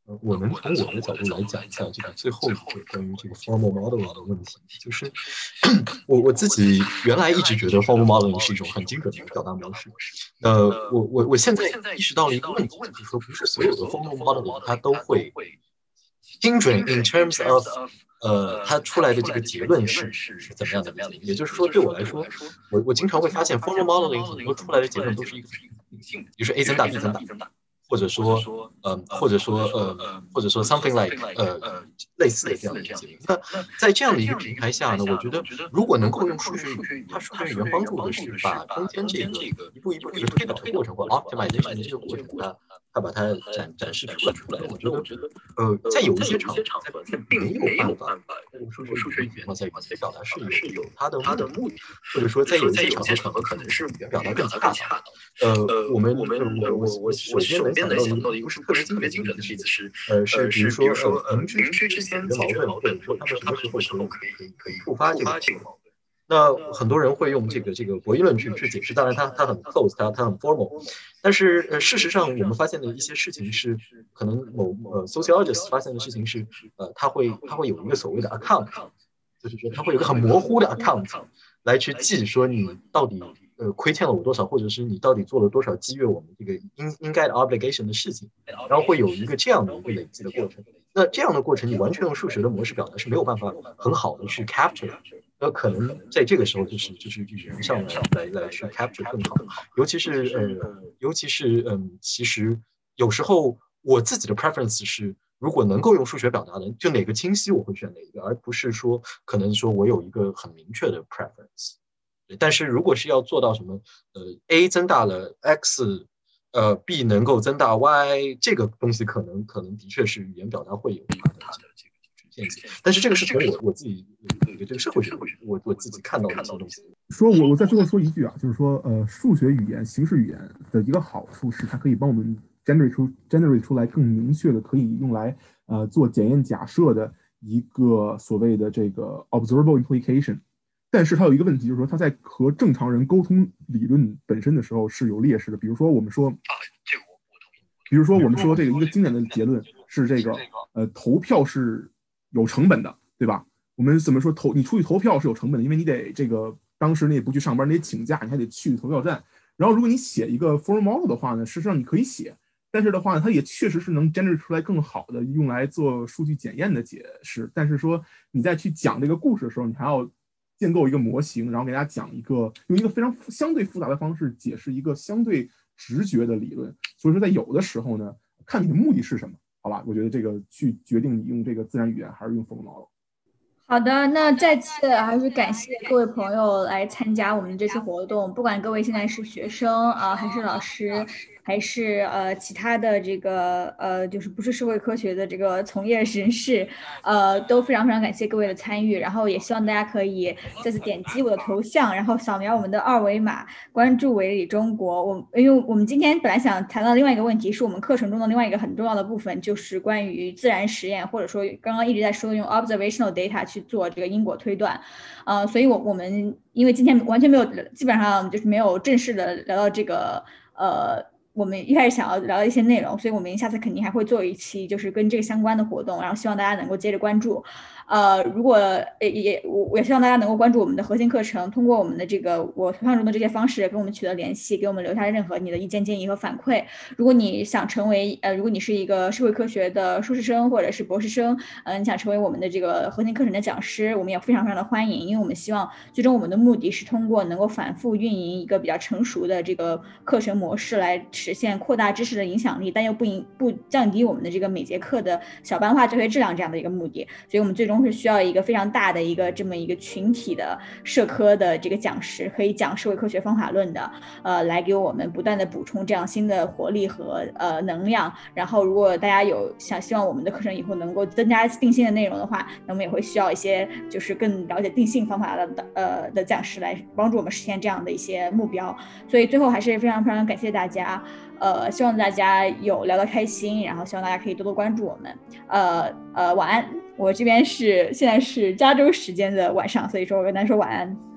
呃，我们从我的角度来讲一下这个最后一个关于这个 formal modeling 的问题，就是我我自己原来一直觉得 formal modeling 是一种很精准的表达模式。呃，我我我现在意识到了一个问题，就是说不是所有的 formal modeling 它都会精准 in terms of 呃，它出来的这个结论是是怎么样的结论？也就是说，对我来说，我我经常会发现 formal modeling 很多出来的结论都是一个比如说 A 增大 B 增大。或者说，呃，或者说，呃，或者说 something like， 呃，类似的这样的一个结论。那在这样的一个平台下呢，我觉得如果能够用数学语，它数学语言帮助的是把中间这个一步一步这个推导的过程或 optimization 的这个过程，它它把它展展示出来出来。我觉得，呃，在有一些场合，在并没有办法用数学语言在语言表达是有有它的它的目的，或者说在有一些场合可能是语言表达更恰当。呃，我们我们我我我首先能想到的一个不是特别特别精准的例子是，呃，是比如说呃邻居邻居之间的矛盾，或者说他们什么时候可以可以可以触发这个这个矛盾。那很多人会用这个这个博弈论去去解释，当然它它很 close， 它它很 formal， 但是呃事实上我们发现的一些事情是，可能某呃 sociologist 发现的事情是，呃，他会他会有一个所谓的 account， 就是说他会有一个很模糊的 account 来去记说你到底。呃，亏欠了我多少，或者是你到底做了多少激越我们这个应应该的 obligation 的事情，然后会有一个这样的一个累积的过程。那这样的过程，你完全用数学的模式表达是没有办法很好的去 capture。那可能在这个时候，就是就是语言上来来来去 capture 更好。尤其是呃，尤其是嗯，其实有时候我自己的 preference 是，如果能够用数学表达的，就哪个清晰我会选哪一个，而不是说可能说我有一个很明确的 preference。但是如果是要做到什么，呃 ，A 增大了 X， 呃 ，B 能够增大 Y， 这个东西可能可能的确是语言表达会有它的这个这个局限性。但是这个是从我我自己这个社会学我我自己看到的一些东西。 说我我在最后说一句啊，就是说呃，数学语言、形式语言的一个好处是它可以帮我们 generate 出 generate 出来更明确的可以用来呃做检验假设的一个所谓的这个 observable implication。但是它有一个问题，就是说它在和正常人沟通理论本身的时候是有劣势的。比如说我们说，比如说我们说这个一个经典的结论是这个，呃，投票是有成本的，对吧？我们怎么说投你出去投票是有成本的，因为你得这个当时你也不去上班，你得请假，你还得去投票站。然后如果你写一个 formal model 的话呢，事实上你可以写，但是的话呢，它也确实是能 generate 出来更好的用来做数据检验的解释。但是说你在去讲这个故事的时候，你还要建构一个模型，然后给大家讲一个用一个非常相对复杂的方式解释一个相对直觉的理论。所以说在有的时候呢，看你的目的是什么，好吧？我觉得这个去决定你用这个自然语言还是用 formal model。 好的，那再次还是感谢各位朋友来参加我们这次活动，不管各位现在是学生啊、呃，还是老师，还是呃其他的这个呃就是不是社会科学的这个从业人士，呃都非常非常感谢各位的参与，然后也希望大家可以再次点击我的头像，然后扫描我们的二维码，关注韦理中国。我因为我们今天本来想谈到另外一个问题，是我们课程中的另外一个很重要的部分，就是关于自然实验，或者说刚刚一直在说的用 observational data 去做这个因果推断，呃，所以我我们因为今天完全没有，基本上就是没有正式的聊到这个，呃，我们一开始想要聊的一些内容，所以我们下次肯定还会做一期就是跟这个相关的活动，然后希望大家能够接着关注。呃，如果也也我也希望大家能够关注我们的核心课程，通过我们的这个我头像中的这些方式跟我们取得联系，给我们留下任何你的意见建议和反馈。如果你想成为呃，如果你是一个社会科学的硕士生或者是博士生，嗯、呃，你想成为我们的这个核心课程的讲师，我们也非常非常的欢迎，因为我们希望最终我们的目的是通过能够反复运营一个比较成熟的这个课程模式来实现扩大知识的影响力，但又不影不降低我们的这个每节课的小班化教学质量这样的一个目的。所以我们最终是需要一个非常大的一个这么一个群体的社科的这个讲师，可以讲社会科学方法论的，呃，来给我们不断的补充这样新的活力和呃能量。然后如果大家有想希望我们的课程以后能够增加定性的内容的话，那我们也会需要一些就是更了解定性方法的呃的讲师来帮助我们实现这样的一些目标。所以最后还是非常非常感谢大家，呃，希望大家有聊得开心，然后希望大家可以多多关注我们。呃呃，晚安。我这边是现在是加州时间的晚上，所以说我跟大家说晚安。